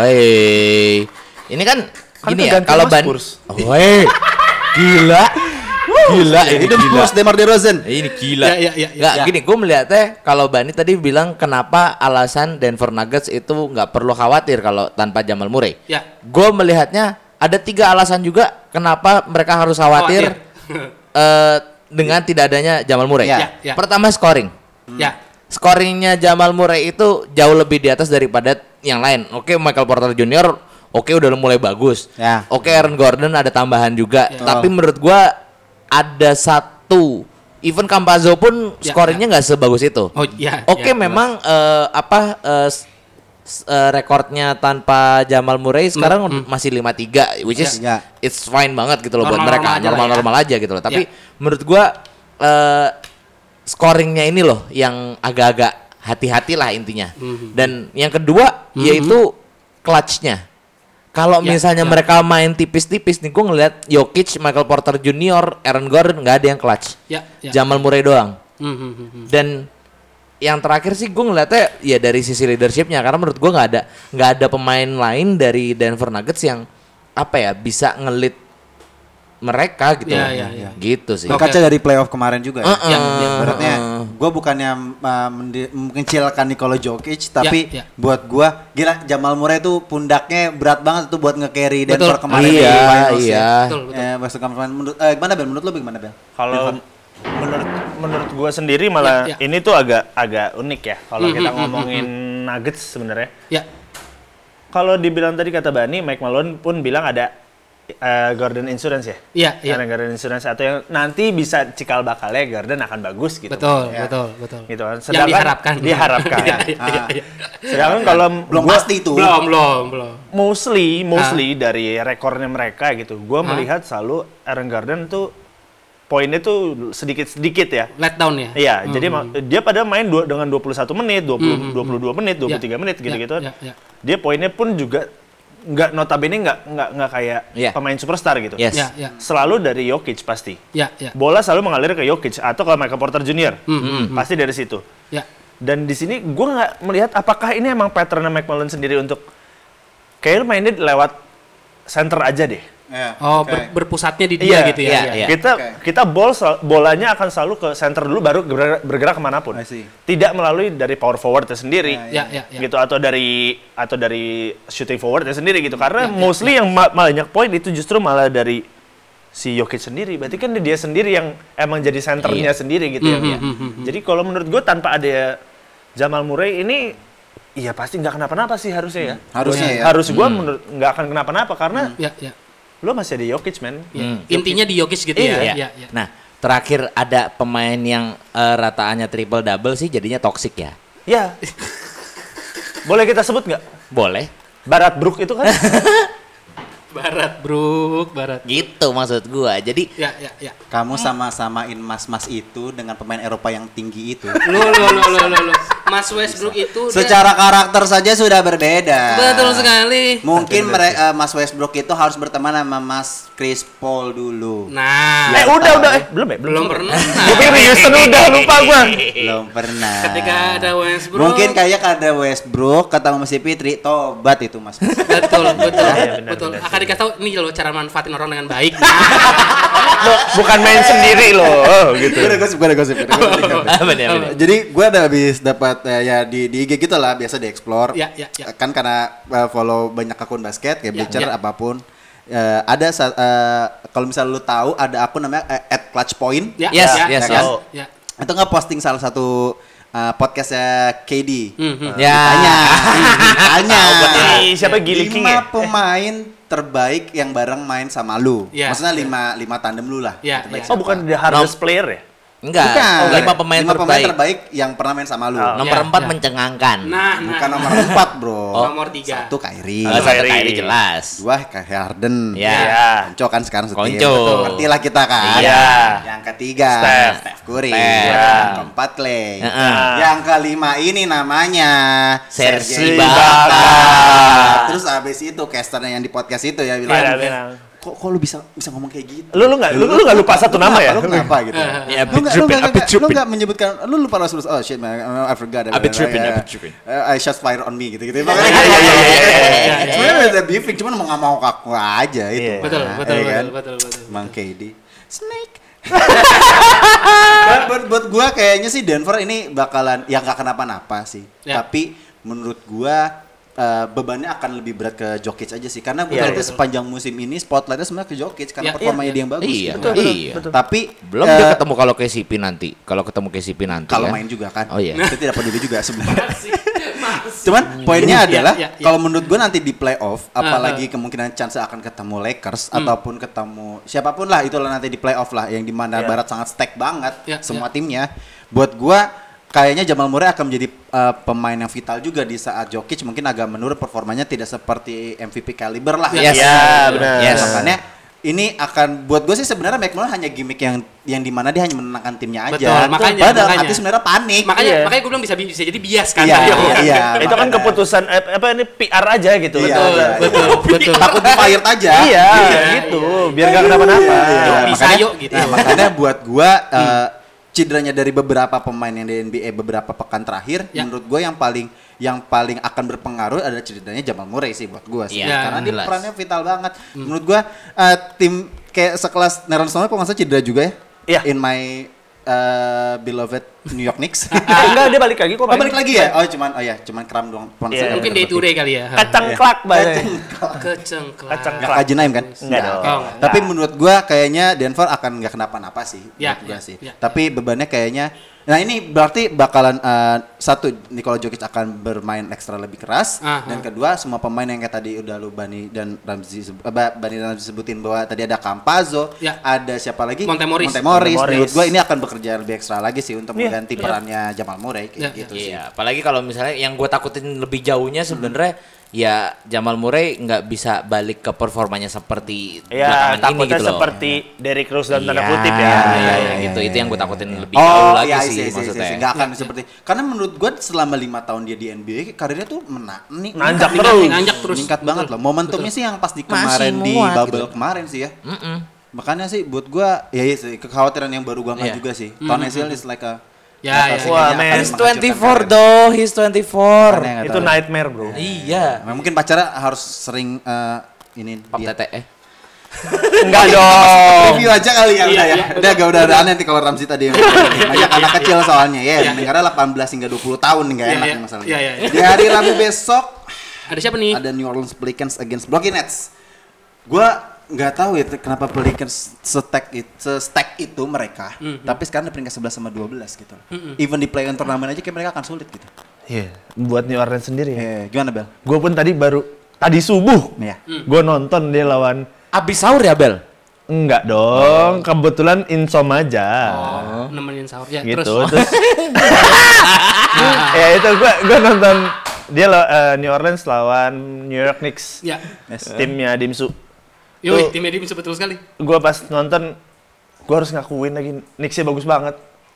hei, ini kan,
Kan
gini ya,
keganti
kalau
sama
ban,
Spurs.
Hei, gila, gila ini
Hidup
gila.
Spurs DeMar DeRozan.
Ini gila.
Ya, ya, ya, ya.
Nggak,
Ya.
gini, gue melihatnya kalau Bani tadi bilang kenapa alasan Denver Nuggets itu nggak perlu khawatir kalau tanpa Jamal Murray.
Ya.
Gue melihatnya ada tiga alasan juga kenapa mereka harus khawatir,
Khawatir.
eh, dengan tidak adanya Jamal Murray.
Ya,
ya.
Pertama scoring.
Ya.
Scoringnya Jamal Murray itu jauh lebih di atas daripada yang lain. Oke, Michael Porter Junior oke udah mulai bagus.
Ya.
Oke, Aaron Gordon ada tambahan juga.
Ya.
Tapi menurut gua ada satu, even Campazzo pun
Ya,
scoringnya nggak sebagus itu.
Oh, ya.
Oke,
ya,
memang eh, apa eh, s- s- eh, rekornya tanpa Jamal Murray sekarang
Hmm, hmm.
masih lima tiga, which is
Ya.
it's fine banget gitu loh buat
Normal-normal
mereka,
aja lah
normal-normal
ya.
aja gitu loh. Tapi
Ya.
menurut gua eh, scoringnya ini loh yang agak-agak hati-hati lah intinya.
Mhm.
Dan yang kedua
Mhm.
yaitu clutch-nya. Kalau
Ya,
misalnya
ya.
mereka main tipis-tipis nih, gue ngeliat Jokic, Michael Porter Junior, Aaron Gordon nggak ada yang clutch.
Ya, ya.
Jamal Murray doang.
Hmm, hmm, hmm, hmm.
Dan yang terakhir sih gue ngeliatnya ya dari sisi leadershipnya, karena menurut gue nggak ada nggak ada pemain lain dari Denver Nuggets yang apa ya bisa ngelit mereka gitu.
Iya, iya, iya.
Gitu sih.
Berkaca dari playoff kemarin juga ya.
Uh-uh.
Ya, ya.
Beratnya gue bukannya uh, mendi- mengecilkan Nikola Jokic, tapi
Ya, ya.
buat gue gila Jamal Murray itu pundaknya berat banget itu buat nge-carry Denver
Betul.
kemarin.
Iya,
di finals
iya.
ya.
Betul, betul.
Eh, Western Conference. Menurut, eh, gimana Bel? Menurut lo gimana Bel?
Kalau menurut menurut gue sendiri malah
Ya, ya.
ini tuh agak agak unik ya kalau
Hmm,
kita
hmm,
ngomongin Nuggets sebenarnya.
Ya.
Kalau dibilang tadi kata Bani, Mike Malone pun bilang ada uh, Gordon Insurance ya.
Iya, iya.
Ada Gordon Insurance atau yang nanti bisa cikal bakalnya Gordon akan bagus gitu.
Betul,
Ya.
betul, betul.
Gitu kan.
Yang diharapkan.
Diharapkan.
Iya, iya,
Ah.
iya.
Sedangkan kalau
Belum
gua-
pasti itu.
Belum, belum, belum.
mostly mostly dari rekornya mereka gitu. Gua melihat selalu Aaron Gordon tuh poinnya tuh sedikit-sedikit ya.
Let down ya.
Iya, jadi ma- dia pada main dua, dengan dua puluh satu menit, dua puluh, dua puluh dua menit, dua puluh tiga
Ya,
menit gitu-gitu.
ya, ya, ya.
Dia poinnya pun juga nggak notabene nggak nggak nggak kayak
Iya.
pemain superstar gitu.
Yes.
Ya, ya,
Selalu dari Jokic pasti.
ya, ya.
Bola selalu mengalir ke Jokic atau ke Michael Porter Junior
Hmm,
Pasti dari situ.
Ya.
Dan di sini gue nggak melihat apakah ini emang patternnya Mike Malone sendiri untuk kayak lu mainnya lewat center aja deh.
Ya,
Oh,
oke.
ber- berpusatnya di dia gitu ya.
iya,
ya.
iya.
Kita
Oke.
kita ball sel- bolanya akan selalu ke center dulu baru bergerak, bergerak kemanapun.
I see.
Tidak melalui dari power forwardnya sendiri.
Ya, ya, ya.
Gitu atau dari atau dari shooting forwardnya sendiri gitu. Karena
Ya, ya,
mostly yang ma- banyak poin itu justru malah dari si Jokic sendiri. Berarti kan dia sendiri yang emang jadi senternya
Iya.
sendiri gitu ya.
Hmm,
Ya.
hmm, hmm, hmm.
Jadi kalau menurut gue tanpa ada Jamal Murray ini iya pasti nggak kenapa-napa sih harusnya ya.
Harusnya ya.
Harus gue menurut nggak akan kenapa-napa karena
Ya, ya.
lo masih ada Jokic man.
Hmm.
Intinya di Jokic gitu ya.
Iya.
Ya, ya.
Nah, terakhir ada pemain yang eh, rataannya triple double sih jadinya toxic ya.
Ya. Boleh kita sebut nggak?
Boleh.
Barat Brook itu kan?
Barat, Brook, Barat.
Gitu maksud gua. Jadi
Ya, ya, ya.
Kamu sama-samain mas-mas itu dengan pemain Eropa yang tinggi itu.
Lu, lu, lu, lu, lu, lu. Mas Westbrook itu dia-
Secara karakter saja sudah berbeda.
betul sekali.
Mungkin mere- eh, Mas Westbrook itu harus berteman sama Mas Chris Paul dulu.
Nah,
eh udah udah eh belum ya?
belum pernah.
Gue pikir Houston udah lupa gua.
Belum pernah.
Ketika ada Westbrook.
Mungkin kayak ada Westbrook ketemu si Fitri, tobat itu Mas.
betul, betul,
Iya, benar,
betul.
benar.
Akan dikasih tahu nih loh cara manfaatin orang dengan baik.
Lo bukan main sendiri loh gitu.
Gue ada gosip, gue ada gosip. gue ada gosip.
apa nih? Apa nih?
Jadi gue ada habis dapat eh, ya di di I G gitu lah, biasa di explore.
Ya, ya, ya.
Kan karena eh, follow banyak akun basket kayak
Ya,
Bleacher
ya.
apapun. Eh, ada sa- eh, kalau misalnya lu tahu ada akun namanya eh, at clutch point.
Ya,
Yes,
ya,
yes,
ya,
yes.
ya.
Itu nggak posting salah satu eh, podcastnya K D.
Hmm, hmm.
Ya.
Tanya, tanya.
Ih, siapa Gilly King
lima
ya?
pemain terbaik yang bareng main sama lu.
Ya,
Maksudnya
ya.
lima lima tandem lu lah.
Ya,
Terbaik
ya.
Oh
siapa?
bukan the hardest player ya?
Enggak.
Bukan.
Lima pemain
Lima
terbaik.
terbaik yang pernah main sama lu.
Oh.
Nomor
Ya,
empat
ya.
mencengangkan.
Nah, nah.
Bukan nomor empat bro.
Nomor tiga.
Satu Kyrie.
Oh, satu
Kyrie.
Kyrie jelas.
Dua kayak Harden.
Ya.
Iya.
Konco kan sekarang setia.
Konco.
Betul. Ngerti lah kita kan.
Iya.
Yang ketiga
Steph.
Curry.
Steph.
Yang keempat Clay.
Heeh.
Yang kelima ini namanya
Serge
Ibaka.
Ibaka.
Terus abis itu casternya yang di podcast itu ya
Iya,
bilang.
bilang.
Kok, kok lu bisa bisa ngomong kayak gitu?
Lu lu nggak lu lu nggak lupa satu nama ya?
Lu kenapa gitu?
Ya,
Lu nggak lu
tripping,
nggak
I've been
lu
tripping.
nggak menyebutkan lu lupa Rasul oh shit man I forgot
I've been tripping, I've been tripping.
Uh, I shots fire on me gitu gitu.
Iya, iya, iya.
Sebenarnya ada beefing cuman mau nggak mau kaku aja itu.
Iya.
Betul,
Nah,
betul,
iya
betul,
kan?
betul, betul.
Mang K D Snake. buat, buat buat gua kayaknya sih Denver ini bakalan ya nggak kenapa-napa sih.
Ya.
Tapi menurut gua eh, bebannya akan lebih berat ke Jokic aja sih karena gua
Iya,
lihatnya
betul.
sepanjang musim ini spotlightnya sebenarnya ke Jokic karena
Ya,
performanya
iya,
dia yang bagus.
Iya,
gitu.
iya.
Tapi
Belum
eh,
dia ketemu kalau K C P nanti. Kalau ketemu K C P nanti
kalau
kan.
main juga kan.
Oh, iya.
Itu tidak peduli juga sebenarnya.
Masih, masih.
Cuman poinnya
Ya,
adalah
ya, ya.
kalau menurut gue nanti di playoff,
Ah,
apalagi kemungkinan chance akan ketemu Lakers ataupun ketemu siapapun lah itulah nanti di playoff lah yang dimana
Ya.
Barat sangat stack banget
Ya,
semua
ya.
timnya. Buat gue kayaknya Jamal Murray akan menjadi uh, pemain yang vital juga di saat Jokic mungkin agak menurun performanya tidak seperti M V P caliber lah.
Yes.
Iya, benar.
Yes.
Makanya ini akan buat gue sih sebenarnya Mike Malone hanya gimmick yang yang dimana dia hanya menenangkan timnya aja.
Betul, makanya,
Padahal
makanya.
hati sebenarnya panik.
Makanya,
Iya.
makanya gue bilang bisa bisa jadi bias kan.
Iya,
tadi.
iya, iya.
Itu kan
makanya.
keputusan eh, apa ini P R aja gitu.
Iya,
Betul,
iya,
betul,
iya.
betul.
Takut di fired aja.
Iya,
Iya,
gitu.
iya.
Biar gak kenapa-napa.
Iya,
Yuk, bisa
makanya-
yuk, gitu.
nah, makanya buat gua eh, cederanya dari beberapa pemain yang di N B A beberapa pekan terakhir,
Ya.
menurut gua yang paling yang paling akan berpengaruh adalah cederanya Jamal Murray sih buat gua sih.
Iya,
Karena dia
jelas.
perannya vital banget. Menurut gua eh, tim kayak sekelas Nerlens Noel kok nggak salah cedera juga ya?
Iya.
In my uh, beloved New York Knicks.
Eh, enggak, dia balik lagi kok.
Oh balik lagi ya? Oh cuman, oh ya, cuman kram doang.
Iya.
Mungkin day to day kali ya.
Kecengklak bahasanya.
Kecengklak.
Kecengklak.
Gak Kajenaim kan?
Enggak dong.
Oh,
Tapi menurut gua kayaknya Denver akan nggak kenapa-napa sih.
Ya,
menurut gua
ya,
sih.
ya.
Tapi bebannya kayaknya, nah ini berarti bakalan uh, satu Nikola Jokic akan bermain ekstra lebih keras,
Ah,
dan
ah.
kedua semua pemain yang kayak tadi udah lu Bani dan Ramzi seb- eh, Ba- Bani dan Ramzi sebutin bahwa tadi ada Campazzo,
Ya.
ada siapa lagi?
Monte Morris.
Monte Morris.
Monte Morris.
Menurut gua ini akan bekerja lebih ekstra lagi sih untuk
Iya,
mengganti
iya.
perannya Jamal Murray kayak
Ya,
gitu sih.
Iya, apalagi kalau misalnya yang gue takutin lebih jauhnya sebenarnya ya Jamal Murray nggak bisa balik ke performanya seperti
Ya,
belakangan ini
takutnya
gitu loh.
seperti Derrick Rose dalam tanda
Iya,
kutip ya.
Iya,
Iya,
iya,
iya,
gitu.
iya,
Itu yang gue
iya,
takutin
iya.
lebih jauh lagi
iya,
sih
iya, iya,
maksudnya.
iya, nggak akan seperti karena menurut gue selama lima tahun dia di N B A karirnya tuh menang nih
Nanjak
meningkat,
terus.
Nanjak terus.
meningkat banget loh. Momentumnya sih yang pas di
Masih
kemarin di
muat
bubble
gitu.
kemarin sih ya.
Mm-mm.
Makanya sih buat gue ya, ya sih kekhawatiran yang baru gue nggak
Iya.
juga sih. Tony Hill is like a
Ya,
nggak tahu
ya,
sih,
ya.
kayaknya
Wah,
akan
man.
He's
menghancurkan
twenty-four
karir.
though, he's twenty-four.
Makanya nggak
Itu
tahu.
nightmare, Bro.
Iya.
Nah, mungkin pacarnya harus sering eh, ini
Pap
dia.
tete eh.
Enggak dong.
Review aja kali ya,
Iya,
udah ya.
iya.
Udah gak udah ada aneh nanti kalau Ramzi tadi yang banyak anak kecil soalnya ya, dengarnya delapan belas hingga dua puluh tahun nih gak
Iya,
enak
iya.
nih masalahnya.
Iya, iya, iya.
Di hari Rabu besok
Ada siapa nih?
ada New Orleans Pelicans against Brooklyn Nets. Gua nggak tahu ya kenapa Pelicans se-stack itu, se-stack itu mereka,
Mhm.
tapi sekarang di peringkat sebelas sama dua belas gitu. Even di play-in turnamen aja kayak mereka akan sulit gitu.
Iya, buat New Orleans sendiri ya.
Eh, gimana Bel?
Gue pun tadi baru tadi subuh.
Iya.
Gue nonton dia lawan
Abis sahur ya Bel?
enggak dong, kebetulan insom aja.
Oh, nemenin sahur ya.
Gitu.
Terus.
Terus ya itu gue gue nonton dia lo, eh, New Orleans lawan New York Knicks.
Ya.
Yes.
Timnya Dimsu.
Yoi,
Tuh.
tim Edim betul sekali.
Gue pas nonton gue harus ngakuin lagi Knicksnya bagus banget.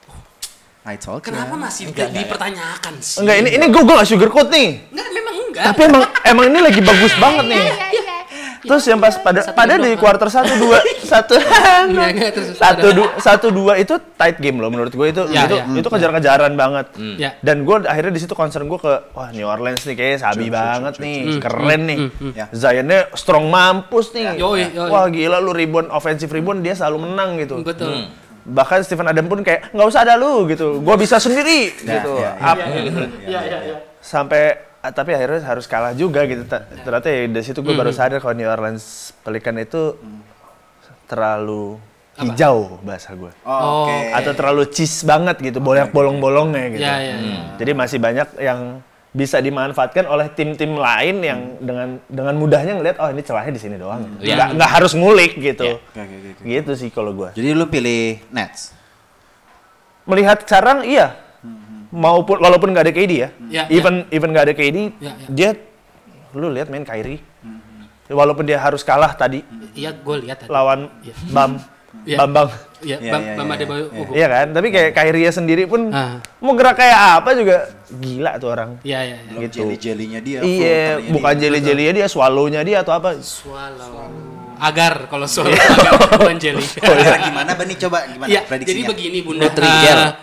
I told you.
Kenapa masih di- dipertanyakan sih?
Enggak, ini ini gue gue gak sugarcoat nih.
Enggak, memang enggak.
Tapi emang emang ini lagi bagus banget nih. Terus yang pas pada
Satu
pada
dua.
di kuarter satu dua satu
Iya, enggak, terus
satu
ada-
dua satu dua itu tight game loh menurut gue itu
Ya,
itu
ya.
itu kejar-kejaran banget.
Ya.
Dan gue akhirnya di situ concern gue ke wah New Orleans nih kayaknya sabi banget nih, keren nih.
Ya.
Zionnya strong mampus nih.
Yoi, yoi.
Wah gila lu rebound offensive rebound dia selalu menang gitu.
Betul.
Bahkan Stephen Adam pun kayak nggak usah ada lu gitu, gue bisa sendiri
Ya,
gitu.
ya, ya.
Up.
Iya, iya, iya.
Sampai ah, tapi akhirnya harus kalah juga gitu. Ta- Ternyata ya dari situ gue baru sadar kalau New Orleans Pelican itu terlalu hijau bahasa gue.
Oh, Oke.
Atau terlalu cheese banget gitu, banyak bolong-bolongnya gitu.
Iya, iya, iya.
Jadi masih banyak yang bisa dimanfaatkan oleh tim-tim lain yang dengan dengan mudahnya ngelihat oh ini celahnya di sini doang.
Iya.
Nggak, nggak harus ngulik gitu.
Oke, oke, oke.
Gitu sih kalau gue.
Jadi lu pilih Nets.
Melihat sekarang iya. Maupun walaupun nggak ada K D ya.
Ya,
even even nggak ada K D,
Ya, ya.
dia lu lihat main Kyrie. Walaupun dia harus kalah tadi
Iya, gue lihat tadi.
lawan
Iya.
Bam
Iya.
Bambang.
Iya,
Iya,
Bam
iya,
Bam
iya,
Adebayo.
iya.
Ugo.
Iya kan? Tapi kayak Kyrie sendiri pun
Ah.
mau gerak kayak apa juga gila tuh orang.
Iya, iya, iya.
Belum
Gitu.
jelly-jellynya dia.
Iya,
floaternya
bukan
dia.
jelly-jellynya dia, swallow-nya dia atau apa.
Swallow. Agar kalau swallow agar bukan jelly.
Kira gimana Bani coba gimana
Iya,
prediksinya?
jadi begini Bunda.
Nutri-gel.
Eh,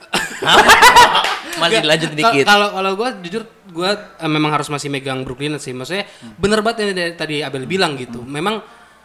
Masih
Nggak,
lanjut
kal-
dikit.
Kalau kalau gue jujur gue eh, memang harus masih megang Brooklyn sih. Maksudnya bener banget yang dari tadi Abel bilang gitu. Memang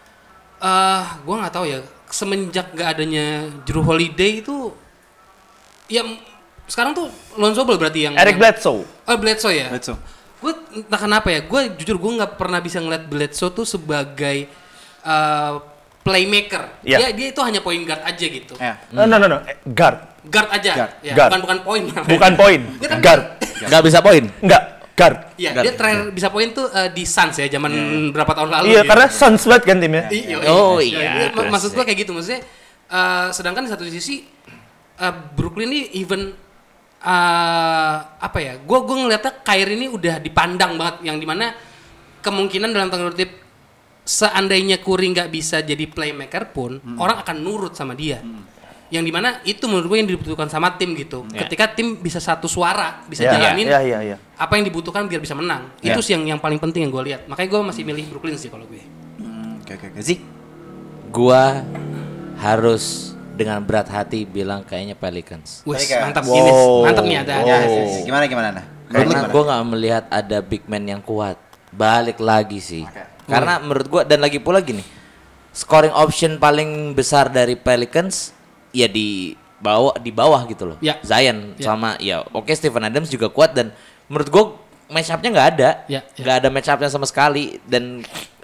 eh gue nggak tahu ya semenjak gak adanya Jrue Holiday itu ya m- sekarang tuh Lonzo Ball berarti yang
Eric
yang-
Bledsoe.
Oh Bledsoe ya.
Bledsoe.
Gue entah kenapa ya. Gue jujur gue nggak pernah bisa ngeliat Bledsoe tuh sebagai eh, playmaker.
Iya.
Dia dia itu hanya point guard aja gitu.
Ya.
No, no, no, no. Eh, Guard.
Guard aja.
Guard.
Ya,
Guard.
bukan bukan point.
Bukan poin.
Dia kan-
Guard.
Nggak bisa poin.
Enggak, guard.
Iya,
Guard.
dia terakhir bisa poin tuh eh, di Suns ya zaman berapa tahun lalu.
Iya,
gitu.
karena Suns banget kan timnya.
Iya,
Oh,
iya.
iya.
Iya, mak- Maksud gua kayak gitu maksudnya. eh, sedangkan di satu sisi eh, Brooklyn ini even eh, apa ya? Gua gua ngeliatnya Kyrie ini udah dipandang banget yang dimana kemungkinan dalam tanda kutip seandainya Curry nggak bisa jadi playmaker pun orang akan nurut sama dia. Yang dimana itu menurut gue yang dibutuhkan sama tim gitu. Ketika tim bisa satu suara, bisa
Iya,
jalanin
iya, iya, iya.
apa yang dibutuhkan biar bisa menang.
Ya.
Itu sih yang yang paling penting yang gue lihat. Makanya gue masih milih Brooklyn sih kalau gue.
Hmm, Oke oke oke. Zik.
Gua harus dengan berat hati bilang kayaknya Pelicans.
Wih,
Pelicans.
mantap
Wow.
ini. Mantap nih ada.
Ya,
ada.
ya, ya. Gimana gimana nah?
Karena
Gimana?
gue nggak melihat ada big man yang kuat. Balik lagi sih.
Oke.
Karena menurut gue dan lagi pula gini, scoring option paling besar dari Pelicans ya di bawah di bawah gitu loh.
Ya.
Zion
Ya.
sama ya oke Steven Adams juga kuat dan menurut gue match up-nya nggak ada.
Ya, ya.
Nggak ada match up-nya sama sekali dan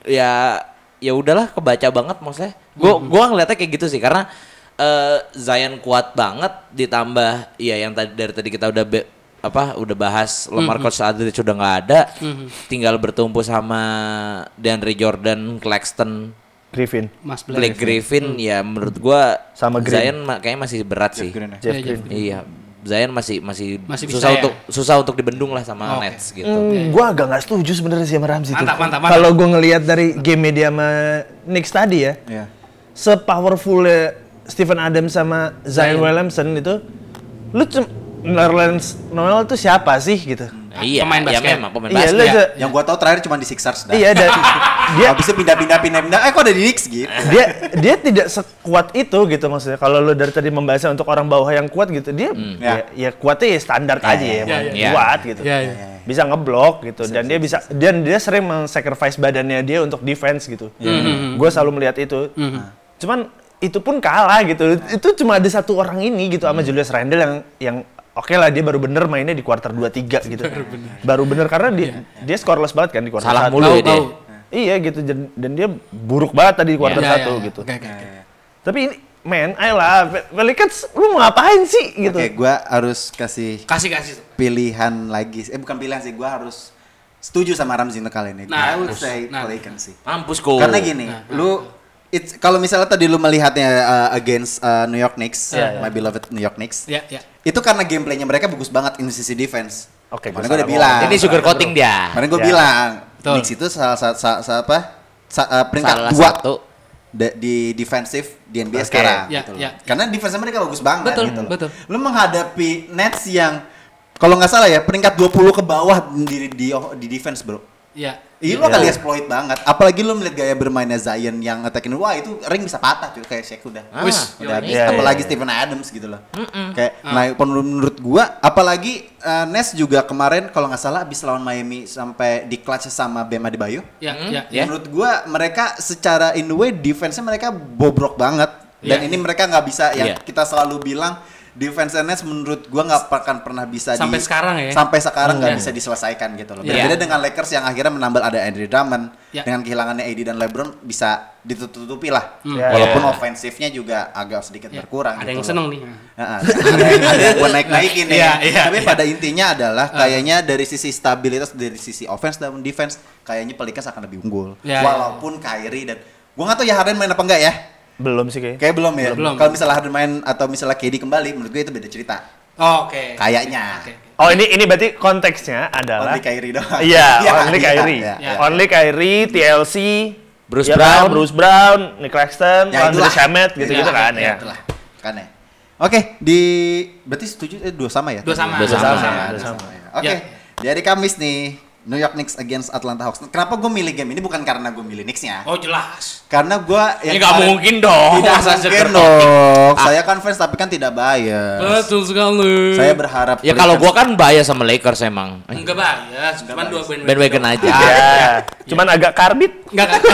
ya ya udahlah kebaca banget maksudnya. Gue
Hmm.
gua ngeliatnya kayak gitu sih karena uh, Zion kuat banget ditambah ya yang tadi dari tadi kita udah be, apa udah bahas LaMarcus Aldridge sudah nggak ada, tinggal bertumpu sama DeAndre Jordan, Claxton,
Griffin.
Mas
Blake
Blake.
Griffin ya menurut gua
Sama Green.
Zion ma- kayaknya masih berat sih.
Green ya.
Jeff
Iya,
Green.
Iya, Zion masih masih,
Masih
susah
bisa ya?
untuk susah untuk dibendung lah sama
Oke.
Nets gitu.
Hmm, gue agak nggak setuju sebenarnya sih sama Ramzi tuh.
Mantap, mantap, mantap.
Kalau gue ngelihat dari game media sama Knicks tadi ya,
Iya.
sepowerfulnya Stephen Adams sama Zion Williamson itu, lu cem Nerlens Noel tuh siapa sih gitu?
Nah, iya,
Pemain
ya
basket.
memang pemain
Iya,
basket.
lu
ya.
se-
Yang gua tahu terakhir cuma di Sixers dah.
iya dan dia
Habis itu pindah-pindah pindah-pindah. Eh kok ada di Knicks gitu.
dia dia tidak sekuat itu gitu maksudnya. Kalau lu dari tadi membahasnya untuk orang bawah yang kuat gitu, dia ya, ya kuatnya ya standar aja ya,
ya,
ya.
kuat gitu.
Iya, iya.
Bisa ngeblok gitu dan dia bisa dan dia sering men-sacrifice badannya dia untuk defense gitu. Gue selalu melihat itu. Cuman itu pun kalah gitu. Itu cuma ada satu orang ini gitu sama Julius Randle yang yang oke lah dia baru bener mainnya di kuarter dua tiga gitu. Baru bener karena dia dia scoreless banget kan di kuarter
Salah
satu.
mulu ya
Tahu,
dia.
tahu.
Iya gitu dan, dan dia buruk banget tadi di kuarter
Iya,
satu
iya, iya.
gitu.
Oke, oke, oke.
Tapi ini man, ayolah Pelicans lu mau ngapain sih gitu.
Oke, gua harus kasih
Kasih kasih.
pilihan lagi. Eh bukan pilihan sih, gua harus setuju sama Ramzi untuk kali ini.
Nah,
I would
terus.
say
Nah.
Pelicans sih.
Mampus kok.
Karena gini, lu it's kalau misalnya tadi lu melihatnya uh, against uh, New York Knicks,
Iya,
my beloved New York Knicks.
Ya, ya.
Itu karena gameplaynya mereka bagus banget in sisi defense.
Oke,
Kemarin
gua
gue udah
salah
bilang.
Ini sugar coating dia.
Kemarin gue
Ya.
bilang,
Betul.
Knicks itu salah satu sa, sa, apa? Sa- uh, peringkat
Salah
dua
satu.
de- di defensif di N B A
Oke.
sekarang.
Ya,
gitu loh.
ya.
Karena defense mereka bagus banget.
Betul,
gitu loh.
betul.
Lu menghadapi Nets yang kalau nggak salah ya peringkat dua puluh ke bawah di di, di defense bro.
Ya.
Iya, lu akan exploit banget. Apalagi lu melihat gaya bermainnya Zion yang attacking, wah itu ring bisa patah cuy kayak Shaq udah.
Ah,
Wis,
udah habis.
iya,
Apalagi
iya.
Stephen Adams gitu loh. Kayak nah menurut, menurut gua apalagi uh, Nets juga kemarin kalau nggak salah habis lawan Miami sampai di clutch sama Bam Adebayo.
Ya, ya,
Ya.
Menurut gua mereka secara in the way defense-nya mereka bobrok banget. Dan
Iya.
ini mereka nggak bisa yang
Iya.
kita selalu bilang defense Nets menurut gua nggak akan pernah bisa
Sampai
di,
sekarang ya?
sampai sekarang nggak
Iya.
bisa diselesaikan gitu loh.
Iya.
Berbeda dengan Lakers yang akhirnya menambal ada Andre Drummond
Iya.
dengan kehilangannya A D dan LeBron bisa ditutupi lah.
Iya.
Walaupun
Iya.
ofensifnya juga agak sedikit
Ya.
berkurang.
Ada
gitu
yang
loh.
seneng nih.
Heeh, ada yang, ada yang gue naik-naikin nih.
Iya, iya,
Tapi
iya.
pada intinya adalah kayaknya dari sisi stabilitas dari sisi offense dan defense kayaknya Pelicans akan lebih unggul.
Iya,
Walaupun Kyrie dan gue nggak tahu ya Harden main apa enggak ya.
Belum sih kayaknya.
Kayak belum ya.
Belum.
Kalau misalnya Harden main atau misalnya K D kembali, menurut gue itu beda cerita.
Oh, oke.
Kayaknya.
Oke.
Oh ini ini berarti konteksnya adalah
Only Kyrie doang.
Iya,
Iya,
only
iya,
Kyrie.
iya,
iya.
Only Kyrie, T L C,
Bruce
ya
Brown.
kan, Bruce Brown, Nick Claxton,
Ya,
Landry
itulah.
Shamet gitu-gitu
Iya,
kan
iya,
ya.
Itulah. Kan ya. Oke, di berarti setuju eh, dua sama ya?
Dua sama.
Dua sama.
Dua
Dua
sama.
sama.
ya. Oke.
Ya.
Di hari Kamis nih, New York Knicks against Atlanta Hawks. Kenapa gue milih game ini bukan karena gue milih Knicks-nya.
Oh, jelas.
Karena gue
Ini nggak mungkin dong.
Tidak
Masa
mungkin
sugar
dong. Saya kan fans tapi kan tidak bias.
Betul sekali.
Saya berharap
Ya kalau gua kan bias sama Lakers emang. Eh,
enggak bias, cuma dua bandwagon.
bandwagon aja.
Ya, cuman agak karbit.
Enggak kan?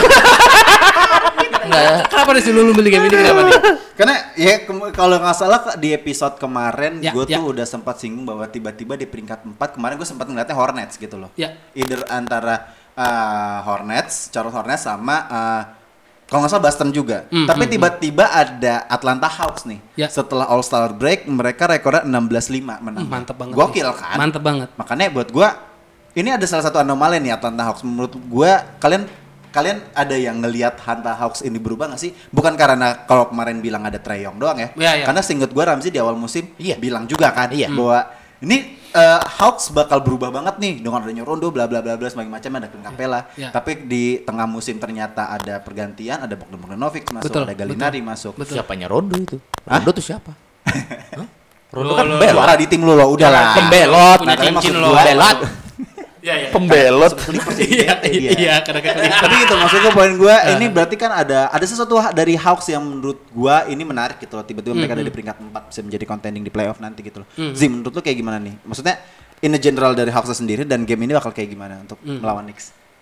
Enggak.
Kenapa sih lu milih game ini kenapa nih?
Karena ya kem- kalau nggak salah di episode kemarin
Ya,
gue
ya.
tuh udah sempat singgung bahwa tiba-tiba di peringkat empat kemarin gue sempat ngeliatnya Hornets gitu loh.
Ya.
Either antara uh, Hornets, Charlotte Hornets sama uh, kalau nggak salah Boston juga.
Hmm,
Tapi
hmm,
tiba-tiba ada Atlanta Hawks nih.
Ya.
Setelah All Star break mereka rekornya enam belas lima menang.
Hmm, mantep banget
Gokil
nih.
kan?
Mantep banget.
Makanya buat gue ini ada salah satu anomali nih Atlanta Hawks. Menurut gue kalian kalian ada yang ngelihat Atlanta Hawks ini berubah nggak sih? Bukan karena kalau kemarin bilang ada Trae Young doang ya.
Iya, iya.
Karena seinget gue Ramzi di awal musim
Iya.
bilang juga kan
Iya.
bahwa ini uh, Hawks bakal berubah banget nih dengan adanya Rondo bla bla bla bla segala macam ada Clint Capella.
Iya.
Tapi di tengah musim ternyata ada pergantian, ada Bogdan Bogdanovic masuk,
Betul,
ada Gallinari
betul.
masuk.
Betul.
Siapanya Rondo itu?
Hah?
Rondo tuh siapa? Hah? Rondo
Lo,
kan
lo,
pembelot.
Juara di tim lu loh, udah lah.
Pembelot.
Punya
Nah, tapi
cincin
maksud
lo.
gua-
Pembelot.
Iya, iya.
Pembelot.
Iya, iya, karena kekelihatan.
Tapi gitu maksud gue poin gue ini berarti kan ada ada sesuatu ha- dari Hawks yang menurut gue ini menarik gitu loh. Tiba-tiba mereka ada di peringkat empat bisa menjadi contending di playoff nanti gitu loh. Zim menurut lu kayak gimana nih? Maksudnya in the general dari Hawks sendiri dan game ini bakal kayak gimana untuk melawan Knicks?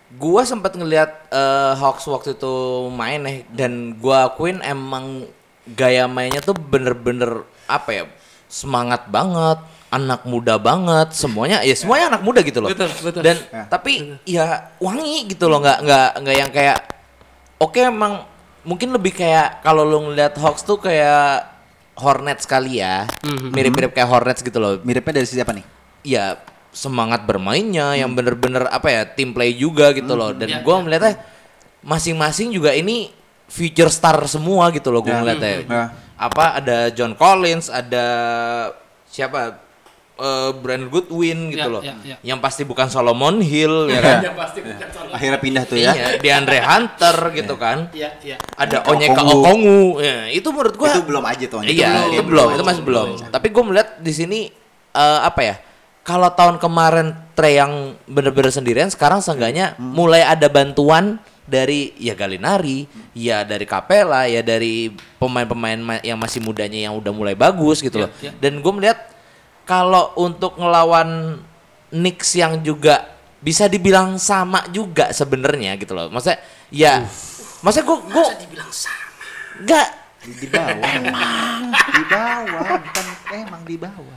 Gua sempat ngelihat uh, Hawks waktu itu main nih dan gua akuin emang gaya mainnya tuh bener-bener apa ya, semangat banget, anak muda banget, semuanya ya semuanya anak muda gitu loh.
Betul, betul.
Dan
Ya.
tapi ya wangi gitu loh, nggak nggak nggak yang kayak oke emang mungkin lebih kayak kalau lu ngeliat Hawks tuh kayak Hornets kali ya,
Mhm.
mirip-mirip kayak Hornets gitu loh.
Miripnya dari sisi apa nih?
Ya semangat bermainnya yang bener-bener apa ya, team play juga gitu loh. Dan
Ya,
gue
ya.
melihatnya masing-masing juga ini future star semua gitu loh gue
Ya.
ngeliatnya.
Ya.
Apa ada John Collins, ada siapa, Eh, Brand Goodwin gitu
Ya,
loh.
ya, ya.
Yang pasti bukan Solomon Hill ya kan.
Ya pasti bukan salah.
Akhirnya pindah tuh ya.
Iya, DeAndre Hunter gitu kan.
Iya, iya.
Ada
Onyeka
Onyeka
Okongwu.
Okongwu. Ya, itu menurut gua
Itu belum aja tuh.
Iya, itu belum, itu masih belum. Tapi gue melihat di sini eh, apa ya? Kalau tahun kemarin Trey yang bener-bener sendirian, sekarang seenggaknya mulai ada bantuan dari ya Gallinari, ya dari Capella, ya dari pemain-pemain ma- yang masih mudanya yang udah mulai bagus gitu
Iya,
loh.
iya.
Dan gue melihat kalau untuk ngelawan Knicks yang juga bisa dibilang sama juga sebenarnya gitu loh. Maksudnya ya, maksudnya gue gue
Dibilang sama.
nggak
Di bawah. Di bawah, bukan emang di bawah.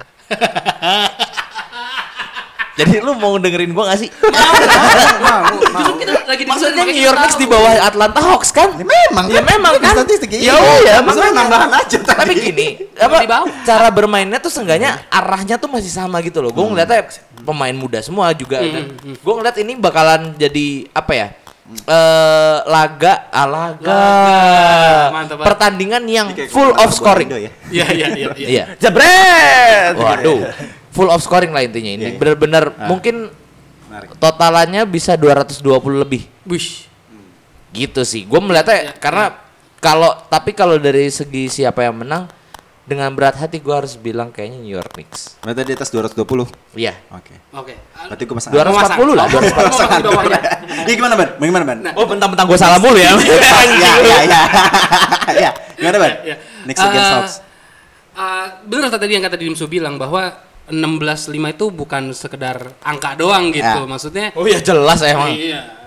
jadi lu mau dengerin gue gak sih?
Mau, mau.
Justru kita lagi di
Maksudnya
makanya
New
kita
York Knicks
tahu.
di bawah Atlanta Hawks kan?
Ya memang
Ya
kan?
memang
Di
kan?
statistiknya
Ya
iya.
iya,
Maksudnya
makanya.
nambahan aja tadi.
Tapi gini, apa
di bawah.
cara bermainnya tuh seenggaknya arahnya tuh masih sama gitu loh. Gue ngeliatnya pemain muda semua juga. Dan gue ngeliat ini bakalan jadi apa ya? Eh laga, ah, laga,
Laga. Mantap banget.
pertandingan yang
Ini kayak
full
gua
of
bola
scoring.
Indo ya.
Iya, iya, iya, iya.
Iya.
Jebret.
Waduh, full of scoring lah intinya ini.
Iya, iya.
Bener-bener
Ah.
mungkin
Menarik.
totalannya bisa dua ratus dua puluh lebih.
Bush.
Gitu sih. Gue melihatnya
Ya,
karena kalau tapi kalau dari segi siapa yang menang, dengan berat hati gue harus bilang kayaknya New York Knicks.
Berarti di atas dua ratus dua puluh.
Iya.
Oke.
Oke.
Berarti gue pasang.
dua ratus empat puluh lah.
Mau masang. Mau masang di bawahnya.
Iya gimana Ban? Gimana Ban?
Oh, mentang-mentang gue salah mulu ya.
Ya, ya, ya. Ya, gimana Ban?
Ya.
Knicks against
Eh,
Hawks.
eh, bener tadi yang kata Dimsu bilang bahwa enam belas lima itu bukan sekedar angka doang gitu.
Ya.
Maksudnya
Oh iya jelas emang.
iya.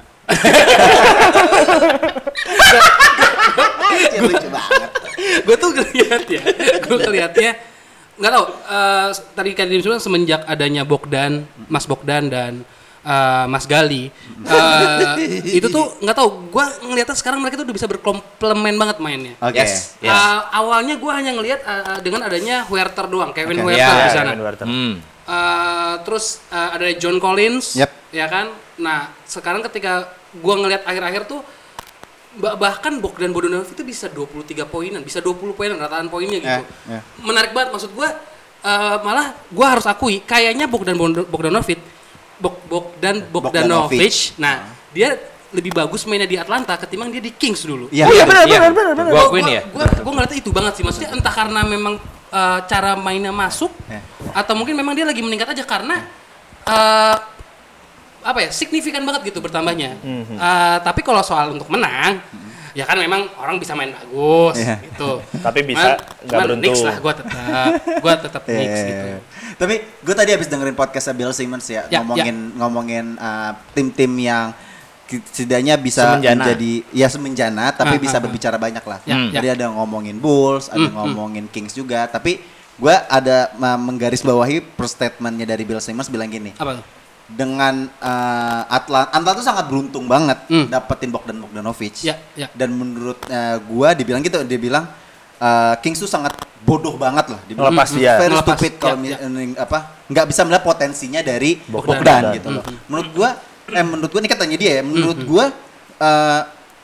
Lucu banget.
Gue tuh ngeliat ya, gue ngeliatnya nggak tahu. eh, tadi kan Dimsu bilang semenjak adanya Bogdan, Mas Bogdan dan eh, Mas Gali, eh, itu tuh nggak tahu. Gue ngeliatnya sekarang mereka tuh udah bisa berkomplemen banget mainnya.
Oke.
Yes. Yes.
Eh, awalnya gue hanya ngelihat eh, dengan adanya Huerter doang, Kevin
Oke.
Huerter
Ya,
di sana.
Kevin Huerter.
Hmm.
Eh, terus eh, ada John Collins,
Yep.
ya kan. Nah sekarang ketika gue ngelihat akhir-akhir tuh bah- bahkan Bogdan Bogdanovic itu bisa dua puluh tiga poinan, bisa dua puluh poinan rataan poinnya gitu.
Ya, ya.
Menarik banget, maksud gue eh, malah gue harus akui kayaknya Bogdan Bogdan- Bogdanovic, Bog- Bogdan Bogdanovic,
Bogdanovic.
nah dia lebih bagus mainnya di Atlanta ketimbang dia di Kings dulu.
Iya.
Oh iya benar
Iya.
benar benar benar.
Gua akuin ya.
Gue gue ngeliatnya itu banget sih, maksudnya entah karena memang eh, cara mainnya masuk
Ya.
atau mungkin memang dia lagi meningkat aja karena eh, apa ya, signifikan banget gitu bertambahnya. Eh, tapi kalau soal untuk menang, ya kan memang orang bisa main bagus
Iya.
gitu.
Tapi bisa
Cuman-
nggak
cuman
beruntung.
Knicks lah, gue tetap, gue tetap
Iya,
Knicks
iya,
gitu.
iya. Tapi gue tadi habis dengerin podcastnya Bill Simmons ya,
Ya,
ngomongin ngomongin uh, tim-tim yang ki- setidaknya bisa
Semenjana.
menjadi ya semenjana tapi
Ah,
bisa
ah, ah.
berbicara banyak lah.
Ya,
Hmm.
ya.
Tadi ada ngomongin Bulls, ada
Hmm,
ngomongin Kings juga, tapi gue ada uh, menggarisbawahi per statementnya dari Bill Simmons bilang gini.
Apa tuh?
Dengan uh, Atlanta, Atlanta tuh sangat beruntung banget
Hmm.
dapetin Bogdan Bogdanovic.
Ya, ya.
Dan menurut uh, gua dibilang gitu, dia bilang uh, Kings tuh sangat bodoh banget lah. Dia bilang,
Ngelepas
"Hmm,
dia."
Very
Ngelepas,
stupid kalau
ya,
mi-
ya.
ini- apa nggak bisa melihat potensinya dari
Bogdan.
Bogdan,
Bogdan.
gitu loh. Menurut gua, eh menurut gua ini katanya dia ya. Menurut gua uh,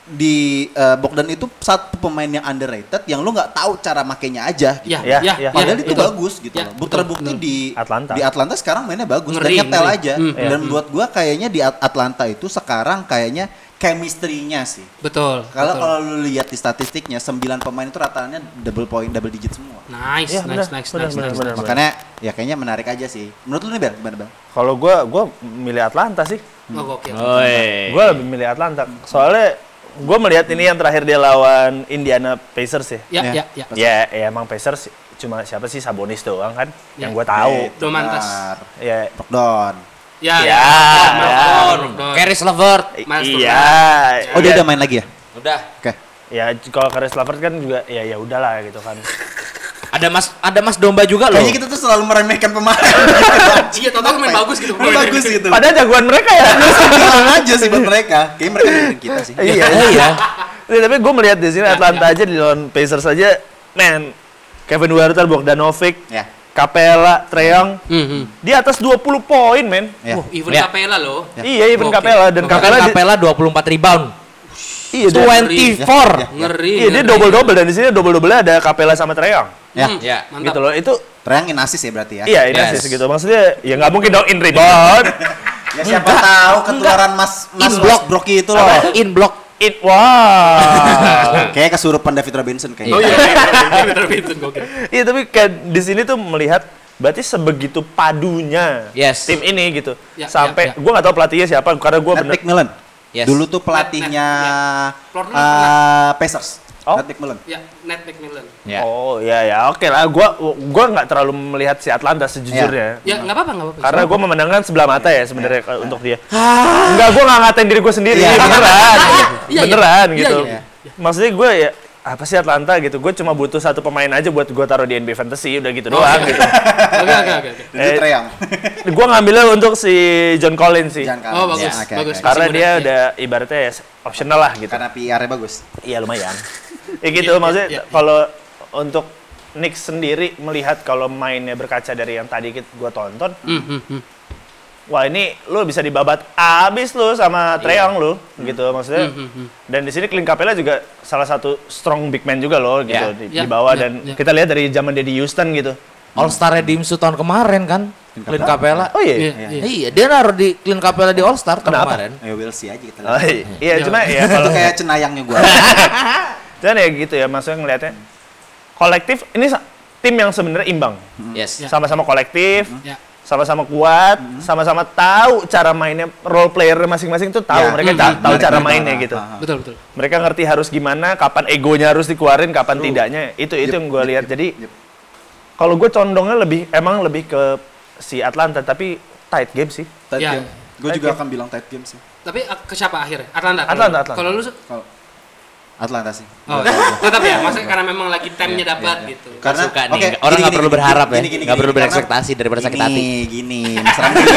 di uh, Bogdan itu satu pemain yang underrated yang lu nggak tahu cara makainya aja. Gitu.
Ya,
Ya,
ya,
ya.
Padahal
ya,
itu
betul.
bagus gitu
Ya,
loh.
betul,
Terbukti
betul.
di
Atlanta.
Di Atlanta sekarang mainnya bagus
Ngeri,
dan nyetel
ngeri.
aja.
Hmm,
Dan
iya.
buat gua kayaknya di At- Atlanta itu sekarang kayaknya chemistry-nya sih.
Betul.
Kalau
betul.
kalau lu lihat di statistiknya sembilan pemain itu rataannya double point, double digit semua.
Nice,
Iya,
nice,
benar,
nice,
benar,
nice,
benar,
nice,
benar.
nice.
Makanya ya kayaknya menarik aja sih. Menurut lu nih Bang, gimana Bang?
Kalau gue gue milih Atlanta sih.
Oh, gokil.
Oi.
Gue lebih milih Atlanta. Soalnya gue melihat ini yang terakhir dia lawan Indiana Pacers ya.
Ya,
Ya.
ya, ya.
Ya, ya emang Pacers cuma siapa sih Sabonis doang kan
Ya.
yang gue tahu.
Eh,
Domantas.
benar.
Ya,
Bogdan.
Ya,
Ya,
ya.
Karis Levert.
Iya.
Oh dia udah main lagi ya?
Udah.
Oke.
Ya kalau Karis Levert kan juga ya ya udahlah gitu kan.
Ada Mas ada Mas Domba juga loh.
Kayaknya kita tuh selalu meremehkan pemain.
Iya, total main bagus gitu.
Main bagus gitu.
Padahal jagoan mereka ya.
Bilang aja sih buat mereka. Kayaknya mereka dengerin kita sih.
Iya iya. Iya, tapi gue melihat di sini Atlanta aja di lawan Pacers aja, man, Kevin Huerter, Bogdanovic,
Ya.
Capella, Trae Young,
Mhm.
di atas dua puluh poin, men.
Ya.
Wah, even
Ya.
Capella loh.
Iya, even
Oke.
Capella dan
Oke.
Capella, di-
Capella dua puluh empat rebound.
iya, dia,
dua puluh empat.
Ngeri.
iya dia
ngeri.
double double dan di sini double double ada Capella sama Trae Young.
Ya.
Hmm,
Ya,
mantap.
Gitu loh, itu
Terangin asis ya berarti ya.
iya ini
Yes.
sih gitu. Maksudnya ya nggak mungkin dong in rebound.
Ya siapa tahu ketularan Mas Mas
In block.
Brocky itu loh.
In block.
In wow.
Kayak kesurupan David Robinson kayaknya.
Oh iya, iya. Betul betul gokil.
Iya tapi kayak di sini tuh melihat berarti sebegitu padunya
Yes.
tim ini gitu.
Ya,
Sampai
ya, ya.
gue nggak tahu pelatihnya siapa karena gue
Nat
bener
McMillan.
Yes.
Dulu tuh pelatihnya
Net- net- ya.
eh, Pacers.
Oh.
Nat McMillan.
Ya, Nat McMillan.
Ya.
Oh iya ya oke lah gue gua nggak terlalu melihat si Atlanta sejujurnya.
Ya, enggak apa-apa, enggak apa-apa.
Karena gue memandangkan sebelah mata ya sebenarnya kalau untuk dia. Enggak, gue nggak ngatain diri gue sendiri,
Iya.
beneran,
iya.
beneran
Iya,
gitu.
iya,
Maksudnya gue ya apa sih Atlanta gitu? Gue cuma butuh satu pemain aja buat gue taruh di N B A Fantasy, udah gitu doang gitu.
Oke, oke, oke. oke.
Dulu
Eh,
Trae Young.
Gue ngambilnya untuk si John Collins sih,
Jangan
Oh,
kalah.
bagus,
Ya, oke,
bagus.
oke.
karena
Masih
dia
muda,
udah ibaratnya ya optional lah gitu.
Karena P R-nya bagus.
Iya lumayan. Ya gitu
Iya,
maksudnya
iya, iya.
kalau untuk Knicks sendiri melihat kalau mainnya berkaca dari yang tadi gue tonton,
Hmm, hmm, hmm.
wah ini lu bisa dibabat abis lu sama Trae Young lu gitu maksudnya.
Hmm, hmm, hmm.
Dan di sini Clint Capella juga salah satu strong big man juga loh gitu
Ya.
di,
Ya,
di bawah
ya,
dan
ya.
kita lihat dari zaman dia di Houston gitu.
All Star Dimsu tahun kemarin kan. Clint Capella.
Oh iya.
Iya,
Iya.
iya.
Iya, dia naruh di Clint Capella di All Star tahun
Kenapa?
kemarin.
Ayo we'll see aja kita
Oh,
lihat.
iya. Iya, cuma ya
Itu
kalau
kayak cenayangnya gua.
dan ya gitu ya maksudnya ngelihatnya kolektif ini sa- tim yang sebenarnya imbang.
Yes.
Ya.
Sama-sama kolektif,
Ya.
sama-sama kuat, sama-sama tahu cara mainnya, role player masing-masing tuh tahu,
Ya.
mereka
Hmm,
ta-
hmm,
tahu
menarik,
cara
menarik.
mainnya gitu.
Ah, ah.
Betul, betul.
Mereka ngerti harus gimana, kapan egonya harus dikeluarin, kapan tidaknya. Itu itu yang gue lihat. Jadi kalau gue condongnya lebih emang lebih ke si Atlanta, tapi tight game sih.
Tight
Ya.
game. Gue juga akan bilang tight game sih.
Tapi uh, ke siapa akhirnya? Atlanta. kalau-
Atlanta, Atlanta.
Kalau lu Su?
Kalau Atlanta sih.
Oh, tetap ya, maksudnya karena memang lagi temnya dapat gitu.
Karena
Suka nih,
oke,
nggak- orang
gini,
nggak
gini,
perlu
gini,
berharap ya,
gini, gini,
nggak
gini,
perlu
karena
berekspektasi daripada sakit hati.
Gini, gini, Mas Ramzi, gini.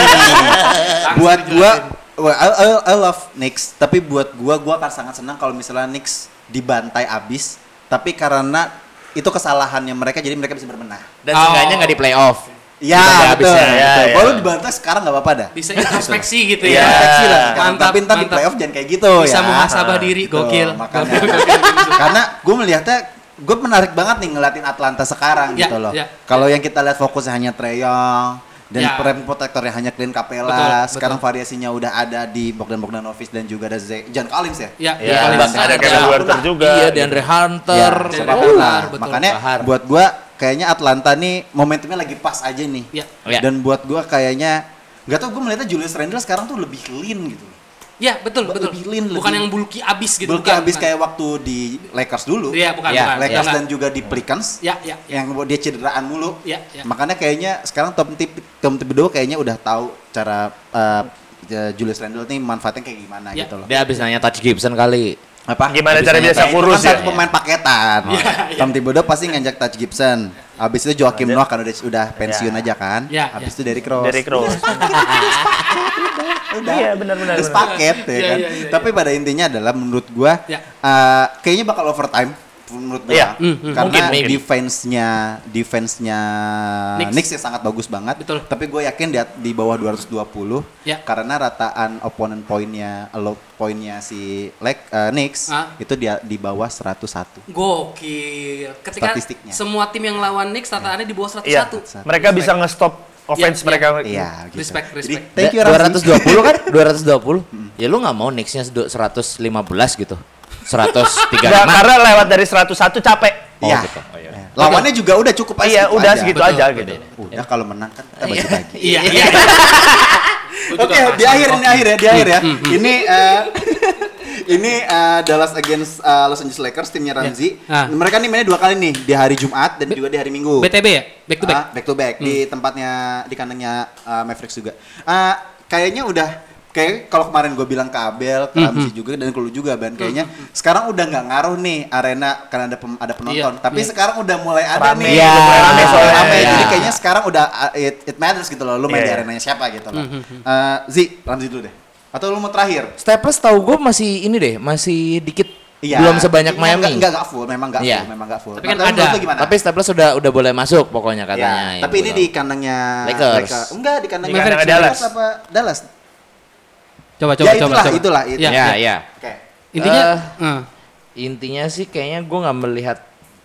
Buat gua, well, I, I, I love Knicks, tapi buat gua, gua akan sangat senang kalau misalnya Knicks dibantai abis, tapi karena itu kesalahannya mereka, jadi mereka bisa berbenah.
Dan
Oh.
seenggaknya nggak di playoff.
Ya,
Dibantai
betul.
abisnya.
betul.
Ya, ya.
Kalau lu dibantai sekarang nggak apa-apa dah.
Bisa introspeksi gitu
Iya.
ya.
Introspeksi lah sekarang.
Mantap,
Tapi ntar di
mantap.
playoff jangan kayak gitu
Bisa
ya.
muhasabah diri,
Betul,
gokil.
makanya.
Gokil, gokil, gokil.
Karena gue melihatnya, gue menarik banget nih ngeliatin Atlanta sekarang
Ya,
gitu loh.
ya.
Kalau yang kita lihat fokusnya hanya Trae Young dan
Ya.
rim protectornya hanya Clint Capella.
Betul,
Sekarang
betul.
variasinya udah ada di Bogdan Bogdanovic dan juga ada Zay, John Collins ya.
Ya,
Iya,
Collins.
bahkan
ada
ada
Kevin
siapapun
Huerter
lah.
juga.
Iya,
gitu.
DeAndre Hunter.
Ya,
Betul.
siapapun
Betul.
lah.
Betul.
Makanya
Bahar.
buat gua kayaknya Atlanta nih momentumnya lagi pas aja nih.
Ya.
Ya.
Dan buat gua kayaknya nggak tau, gue melihatnya Julius Randle sekarang tuh lebih lean gitu.
Ya, betul, betul.
Lebih lean,
Bukan
lebih-
yang bulky abis gitu.
Bulky
bukan,
abis
bukan.
kayak waktu di Lakers dulu.
Iya, bukan,
Ya,
bukan.
Lakers
Enggak.
dan juga di Pelicans.
Ya, ya, ya.
Yang dia cederaan mulu.
Ya, ya.
Makanya kayaknya sekarang Tom Tip Tom Thibodeau kayaknya udah tahu cara uh, Julius Randle nih manfaatnya kayak gimana
Ya.
gitu loh.
Dia habis nanya Touch Gibson kali.
Apa?
Gimana cara
Habis
biasa
nanya-
kurus
Itu kan
ya?
satu pemain paketan.
Iya, iya.
Tom Thibodeau pasti ngajak Touch Gibson. Habis itu Joakim
Ada.
Noah kan udah udah pensiun
Ya.
aja kan.
Ya,
Habis
ya.
itu Derrick Rose.
Derrick Rose.
Udah.
Iya, benar-benar.
Udah sepaket ya
Iya,
kan.
iya, iya,
Tapi pada intinya adalah menurut gua
Ya.
uh, kayaknya bakal overtime menurut gua.
Iya.
Hmm, hmm.
Karena
Mungkin, mungkin.
defense-nya defense-nya
Knicks.
Knicks ya sangat bagus banget.
Betul.
Tapi gue yakin di, di bawah dua ratus dua puluh
Ya.
karena rataan opponent poinnya allow poinnya si Lake, uh, Knicks
Ah.
itu dia di bawah seratus satu.
Gokil. Ketika
Statistiknya.
semua tim yang lawan Knicks rataannya di bawah seratus
Iya.
satu.
Mereka bisa nge-stop offense
Iya,
mereka.
Iya, gitu.
Respect,
Jadi,
respect.
thank you
dua
Ramzi.
ratus dua puluh kan? dua ratus dua puluh. Ya lu nggak mau Knicks-nya seratus lima belas gitu. seratus tiga puluh
Nggak,
lima.
karena lewat dari seratus satu capek.
Oh,
Iya.
gitu. Oh, iya.
Iya. Lawannya juga udah cukup aja.
Iya,
segitu
udah
aja.
segitu
Betul,
aja
betul.
gitu.
Udah kalau menang kan kita bagi-bagi.
Iya, iya.
Oke, di akhir ini akhir ya, di akhir ya. Ini eh, Ini uh, Dallas against uh, Los Angeles Lakers, timnya Ramzi.
Yeah. Ah.
Mereka nih mainnya dua kali nih, di hari Jumat dan B- juga di hari Minggu.
B T B ya? Back to back?
Uh, back to back, hmm. di tempatnya, di kandangnya uh, Mavericks juga. Uh, kayaknya udah, kayak kalau kemarin gue bilang ke Abel, ke Ramzi mm-hmm. juga, dan ke lu juga Ban, kayaknya mm-hmm. sekarang udah nggak ngaruh nih arena karena ada pem, ada penonton, yeah, tapi yeah. sekarang udah mulai ada
rame,
nih,
yeah,
mulai rame
yeah,
soalnya, yeah.
yeah.
jadi kayaknya sekarang udah uh, it, it matters gitu loh, lu main yeah. di arenanya siapa gitu loh.
Mm-hmm.
Uh, Zi, Ramzi dulu deh, atau lu mau terakhir?
Staples tahu gue masih ini deh, masih dikit.
Iya.
Belum sebanyak Miami.
Enggak enggak full, memang enggak
yeah.
full, memang enggak full.
Tapi kan ada.
Tapi Staples sudah udah boleh masuk pokoknya katanya.
Ya, tapi ini di kandangnya
Lakers.
Lakers. Enggak, di kandangnya
Di kandang
Dallas.
Dallas.
apa Dallas?
Coba coba
Ya
coba.
itulah,
coba.
itulah, itu.
Ya,
Ya,
ya.
ya.
Oke.
Intinya
Uh,
uh,
Intinya sih kayaknya gue nggak melihat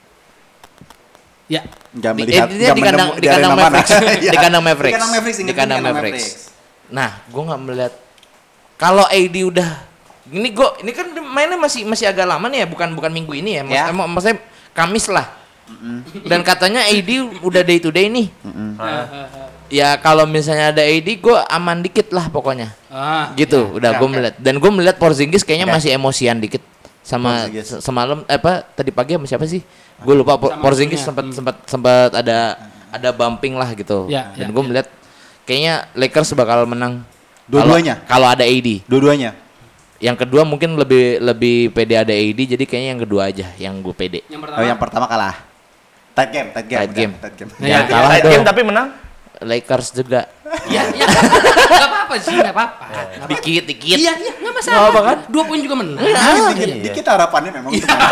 ya
Enggak
di,
melihat
eh, dia di kandang di kandang Mavericks, di kandang Mavericks,
Di kandang Mavericks,
di kandang Mavericks. Nah, gue nggak melihat kalau A D udah ini gue ini kan mainnya masih masih agak lama nih ya, bukan bukan minggu ini ya, maksudnya,
Ya.
maksudnya Kamis lah. Mm-hmm. Dan katanya A D udah day to day nih.
Mm-hmm.
Ya kalau misalnya ada A D, gue aman dikit lah pokoknya.
ah,
Gitu,
ya.
udah
Ya,
gue
oke.
melihat. Dan gue melihat Porzingis kayaknya
Oke.
masih emosian dikit sama
Porzingis.
se- semalam eh, apa tadi pagi sama siapa sih? Gue lupa. Po-
Sama
Porzingis
temennya.
sempat
Hmm.
sempat sempat ada ada bumping lah gitu.
Ya,
Dan
ya,
gue
ya.
melihat kayaknya Lakers bakal menang.
Dua-duanya?
Kalau kalau ada A D.
Dua-duanya.
Yang kedua mungkin lebih lebih pede ada A D, jadi kayaknya yang kedua aja yang gue pede.
Yang pertama.
Oh, yang pertama kalah. Tight game, tight game.
Tight
udah,
game.
Tight game.
Nah,
Jangan
ya,
kalah
Tight
dong.
game tapi menang.
Lakers juga.
Ya, ya. Enggak apa-apa sih, enggak apa-apa.
Dikit dikit.
Iya, iya, enggak masalah.
Nggak apa kan?
Dua poin juga menang.
Dikit, dikit, dikit harapannya memang untuk menang.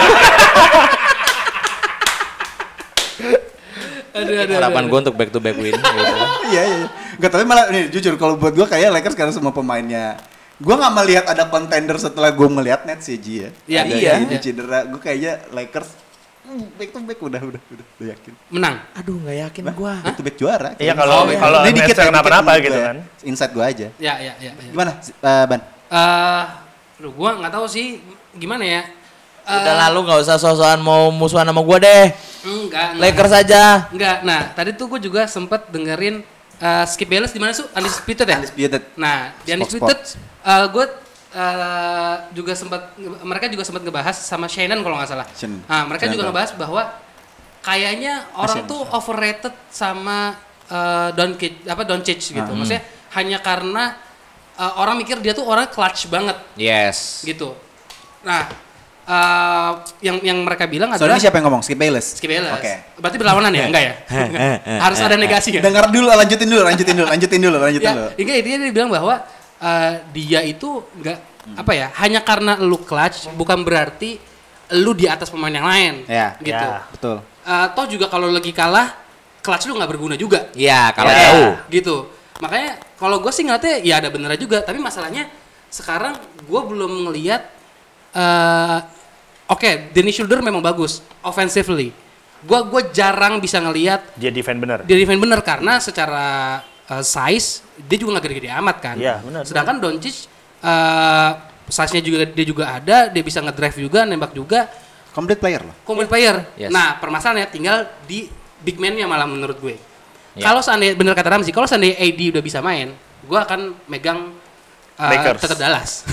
Aduh, aduh,
Harapan
aduh.
gue untuk back to back win gitu.
Iya, iya. Enggak, tapi malah nih jujur kalau buat gua kayak Lakers sekarang semua pemainnya, gua nggak melihat ada contender setelah gua melihat Nets sih Ji ya.
Iya,
Ada
iya.
ini cedera, gua kayaknya Lakers hmm, back to back udah udah udah, udah yakin.
Menang.
Aduh nggak yakin gue.
Back to back juara.
Iya,
kayaknya.
kalau
Oh, iya.
kalau
Ini
Nets
dikit ya,
kenapa-napa
dikit
gitu
menurut
kan.
gua. Insight gua aja.
Ya, ya, ya. ya.
Gimana, uh, Ban?
Eh, aduh, gua nggak tahu sih gimana ya. Eh,
Udah lalu nggak usah sosokan mau musuhan sama gue deh.
Enggak, enggak.
Lakers aja.
Enggak. Nah, tadi tuh gue juga sempet dengerin uh, Skip Bayless di mana su? Undisputed ya?
Undisputed.
Nah, di
Fox
Undisputed
Sports.
uh, gue uh, juga sempat mereka juga sempat ngebahas sama Shannon kalau nggak salah.
Shannon.
Nah, mereka
Shannon
juga
tahu.
ngebahas bahwa kayaknya orang tuh overrated sama uh, Doncic apa Doncic gitu.
Ah.
Maksudnya hanya karena uh, orang mikir dia tuh orang clutch banget
Yes.
gitu. Nah, uh, yang yang mereka bilang
So
adalah
ini siapa yang ngomong? Skip Bayless.
Skip Bayless.
Oke.
Berarti berlawanan ya? Enggak ya? Harus ada negasi ya?
Dengar dulu, lanjutin dulu, lanjutin dulu, lanjutin dulu, lanjutin
Ya,
dulu.
intinya dia, dia bilang bahwa uh, dia itu enggak apa ya? Hanya karena lu clutch bukan berarti lu di atas pemain yang lain.
Ya,
Gitu.
ya.
Betul.
Uh, toh juga kalau lagi kalah, clutch lu nggak berguna juga.
Iya kalau
Ya.
jauh.
Gitu. Makanya kalau gue sih ngeliatnya ya ada benernya juga. Tapi masalahnya sekarang gue belum ngelihat. Uh, Oke, okay, Dennis Schroeder memang bagus offensively. Gua gua jarang bisa ngelihat
Dia defend bener.
dia defend bener karena secara uh, size dia juga nggak gede-gede amat kan.
Iya, benar,
Sedangkan Doncic uh, size-nya juga dia juga ada, dia bisa ngedrive juga, nembak juga,
Complete player loh.
complete player.
Yes.
Nah, permasalahannya tinggal di big man-nya malah menurut gue.
Ya.
Kalau seandainya bener kata Ramzi, kalau seandainya A D udah bisa main, gua akan megang uh,
Lakers.
tetap Dallas.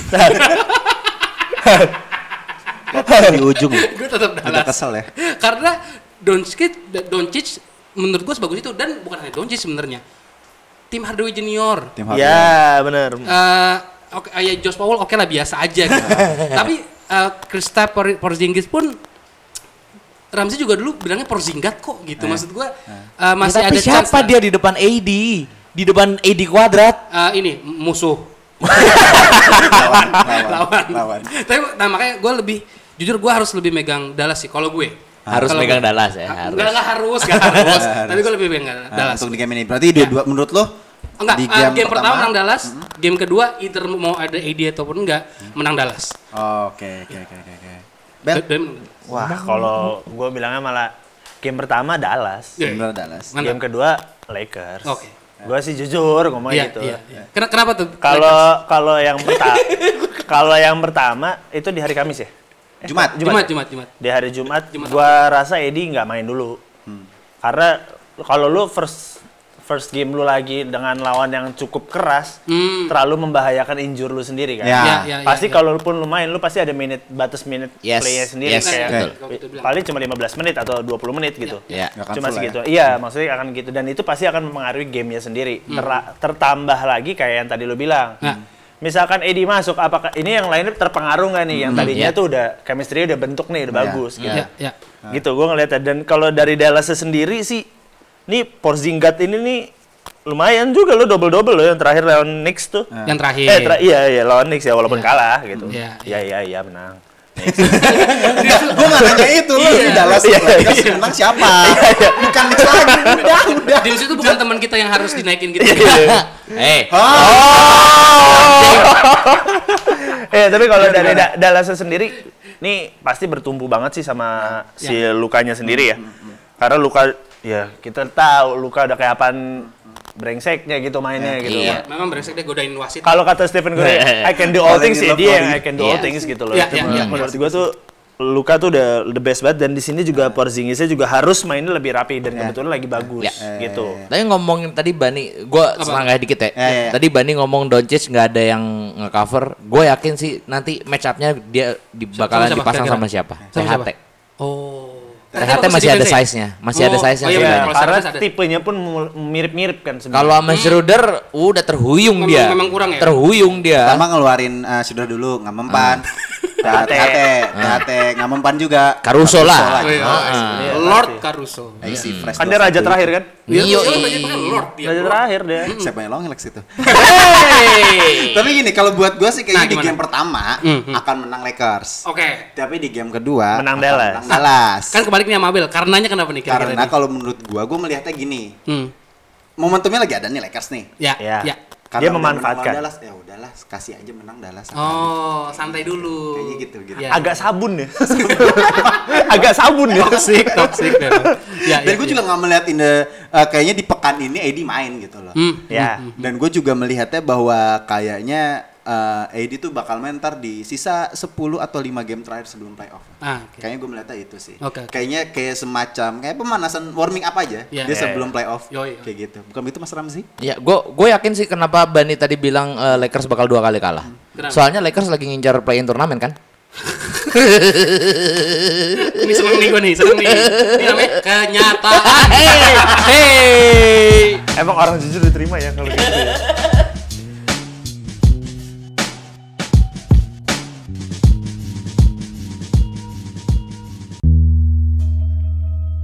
Di ujung.
Gue tetap
Udah
Dallas.
kesel ya.
Karena Doncic Doncic menurut gue sebagus itu dan bukan hanya Doncic sebenarnya. Tim Hardaway Junior.
Tim Hardaway.
Ya, bener.
Eh oke ya Josh Powell oke lah biasa aja gitu. Tapi uh, Kristaps Por- Porzingis pun Ramzi juga dulu bilangnya Porzingis kok gitu.
Eh.
Maksud gue uh, masih
Ya,
ada
tapi
chance.
siapa
lah.
dia di depan A D? Di depan A D kuadrat.
Eh, ini musuh.
lawan, lawan,
Lawan.
lawan.
Tapi nah makanya gue lebih jujur gue harus lebih megang Dallas sih kalau gue.
Harus
Kalau
megang
gue-
Dallas ya, harus.
Enggak, enggak harus, enggak harus. Tapi gue lebih megang
Nah,
Dallas.
untuk di game ini berarti dua-dua menurut lo
Enggak,
di
uh, game,
game,
pertama menang Dallas, game kedua either mau ada A D ataupun enggak, menang Dallas.
Oh, oke oke oke oke oke. Bel,
Dan- dan-
Wah, kalau gue bilangnya malah game pertama Dallas.
Iya.
bener Dallas.
Mantap.
Game kedua Lakers.
Oke.
Gue sih jujur ngomong
Iya,
gitu.
iya, iya. Ken- Kenapa tuh?
Kalau kalau yang pertama kalau yang pertama itu di hari Kamis ya? Eh,
Jumat.
Jumat, Jumat, Jumat.
Di hari Jumat,
Jumat.
gua rasa Edi nggak main dulu. Karena kalau lu first first game lu lagi dengan lawan yang cukup keras,
Hmm.
terlalu membahayakan injure lu sendiri kan.
Ya.
Ya, ya, ya,
Pasti
ya.
kalaupun lu main, lu pasti ada minute batas minute
Yes,
play sendiri
yes,
kayak
betul.
Kalau gitu bilang.
paling cuma lima belas menit atau dua puluh menit gitu.
Ya.
Nggak akan
Cuma
full
segitu. Iya, maksudnya akan gitu dan itu pasti akan mempengaruhi gamenya sendiri.
Hmm.
Ter- tertambah lagi kayak yang tadi lu bilang.
Nah.
Misalkan Edi masuk, apakah ini yang lainnya terpengaruh nggak nih? Yang tadinya
iya.
tuh udah chemistry udah bentuk nih, udah
Iya.
bagus gitu.
Ya, ya.
Gitu gue ngeliatnya. Dan kalau dari Dallas sendiri sih, nih Porzingis ini nih lumayan juga lo double-double lo yang terakhir lawan Knicks tuh.
Yang terakhir.
Eh, tra- iya iya lawan Knicks ya walaupun
Iya.
kalah gitu.
Iya,
Iya iya iya menang.
Gue nggak nanya itu lu di Dallas
Iya,
Lakers
iya.
menang siapa? Bukan Knicks lagi. Udah udah.
Di situ bukan teman kita yang harus dinaikin gitu.
Eh,
Eh tapi kalau dari da- Dallas sendiri nih pasti bertumbuh banget sih sama si Lukanya sendiri ya. Karena Luka ya kita tahu Luka udah kayak apaan brengseknya gitu mainnya gitu.
Iya.
Memang brengsek dia godain wasit.
Kalau kata Stephen Curry, I can do all
Paling
things
in
ya
love
dia yang
Curry.
I can do
Iya.
all things gitu loh.
Iya,
Itu
iya,
menurut-
iya.
menurut gua tuh Luka tuh udah the best banget dan di sini juga Porzingisnya juga harus mainnya lebih rapi dan kebetulan lagi bagus
Ya.
gitu.
tapi ngomongin tadi Bani, gue selangkah dikit ya.
Ya, ya, ya.
Tadi Bani ngomong Doncic nggak ada yang nge-cover. Gue yakin sih nanti match up-nya dia di bakalan
siapa
dipasang
kira-kira?
sama siapa?
Sama
T H T.
siapa? Oh.
T H T masih ada size-nya, masih ada
Oh,
size-nya
oh iya,
sebenarnya.
benar.
Ya,
Kalau
karena
Sardes ada.
tipenya pun mul- mirip-mirip kan sebenarnya.
Kalau sama Schroeder udah terhuyung
Memang-
dia.
memang kurang ya?
Terhuyung dia.
Pertama ngeluarin uh, sudah dulu nggak mempan. T H T, T H T nggak mempan juga.
Caruso lah.
Oh, iya.
Ah.
Lord Caruso.
Easy fresh.
kan dia raja terakhir kan?
Iya,
Iyo,
iya,
iya.
iya, kan Lord dia.
Raja
Lord.
terakhir dia.
Siapa yang long Lex itu?
Hey.
Tapi gini, kalau buat gue sih kayaknya
Nah,
di
gimana?
game pertama
Hmm, hmm.
akan menang Lakers.
Oke.
Tapi di game kedua
Menang
akan
Dallas.
Menang Dallas.
Kan kebalik nih sama Abel. Karenanya kenapa nih kira-kira
Karena
nih?
kalau menurut gua, gua melihatnya gini.
Hmm.
Momentumnya lagi ada nih Lakers nih.
Ya,
Ya.
ya.
Karena
Dia
udah
memanfaatkan.
menang Dallas, ya udahlah, kasih aja menang Dallas.
Oh, santai dulu.
Kayaknya gitu, gitu.
Ya.
Agak sabun ya. Agak sabun ya.
toxic, toxic memang. Ya,
Dan
ya,
gue
ya.
juga nggak melihat in the, uh, kayaknya di pekan ini A D main gitu loh.
Hmm.
Ya.
Dan gue juga melihatnya bahwa kayaknya uh, A D tuh bakal mentar di sisa sepuluh atau lima game terakhir sebelum playoff.
Ah, oke.
Kayaknya gue melihatnya itu sih.
Oke, oke.
Kayaknya kayak semacam kayak pemanasan warming up aja.
Ya.
Dia
Ya,
sebelum playoff.
Yoi, yoi.
Kayak gitu. Bukan itu Mas Ramzi?
Ya, gue gue yakin sih kenapa Bani tadi bilang eh, Lakers bakal dua kali kalah.
Kenapa?
Soalnya Lakers lagi ngincar play-in turnamen kan.
Ini seneng nih gue nih, seneng nih. Ini namanya kenyataan.
Hey.
Emang orang jujur diterima ya kalau gitu ya.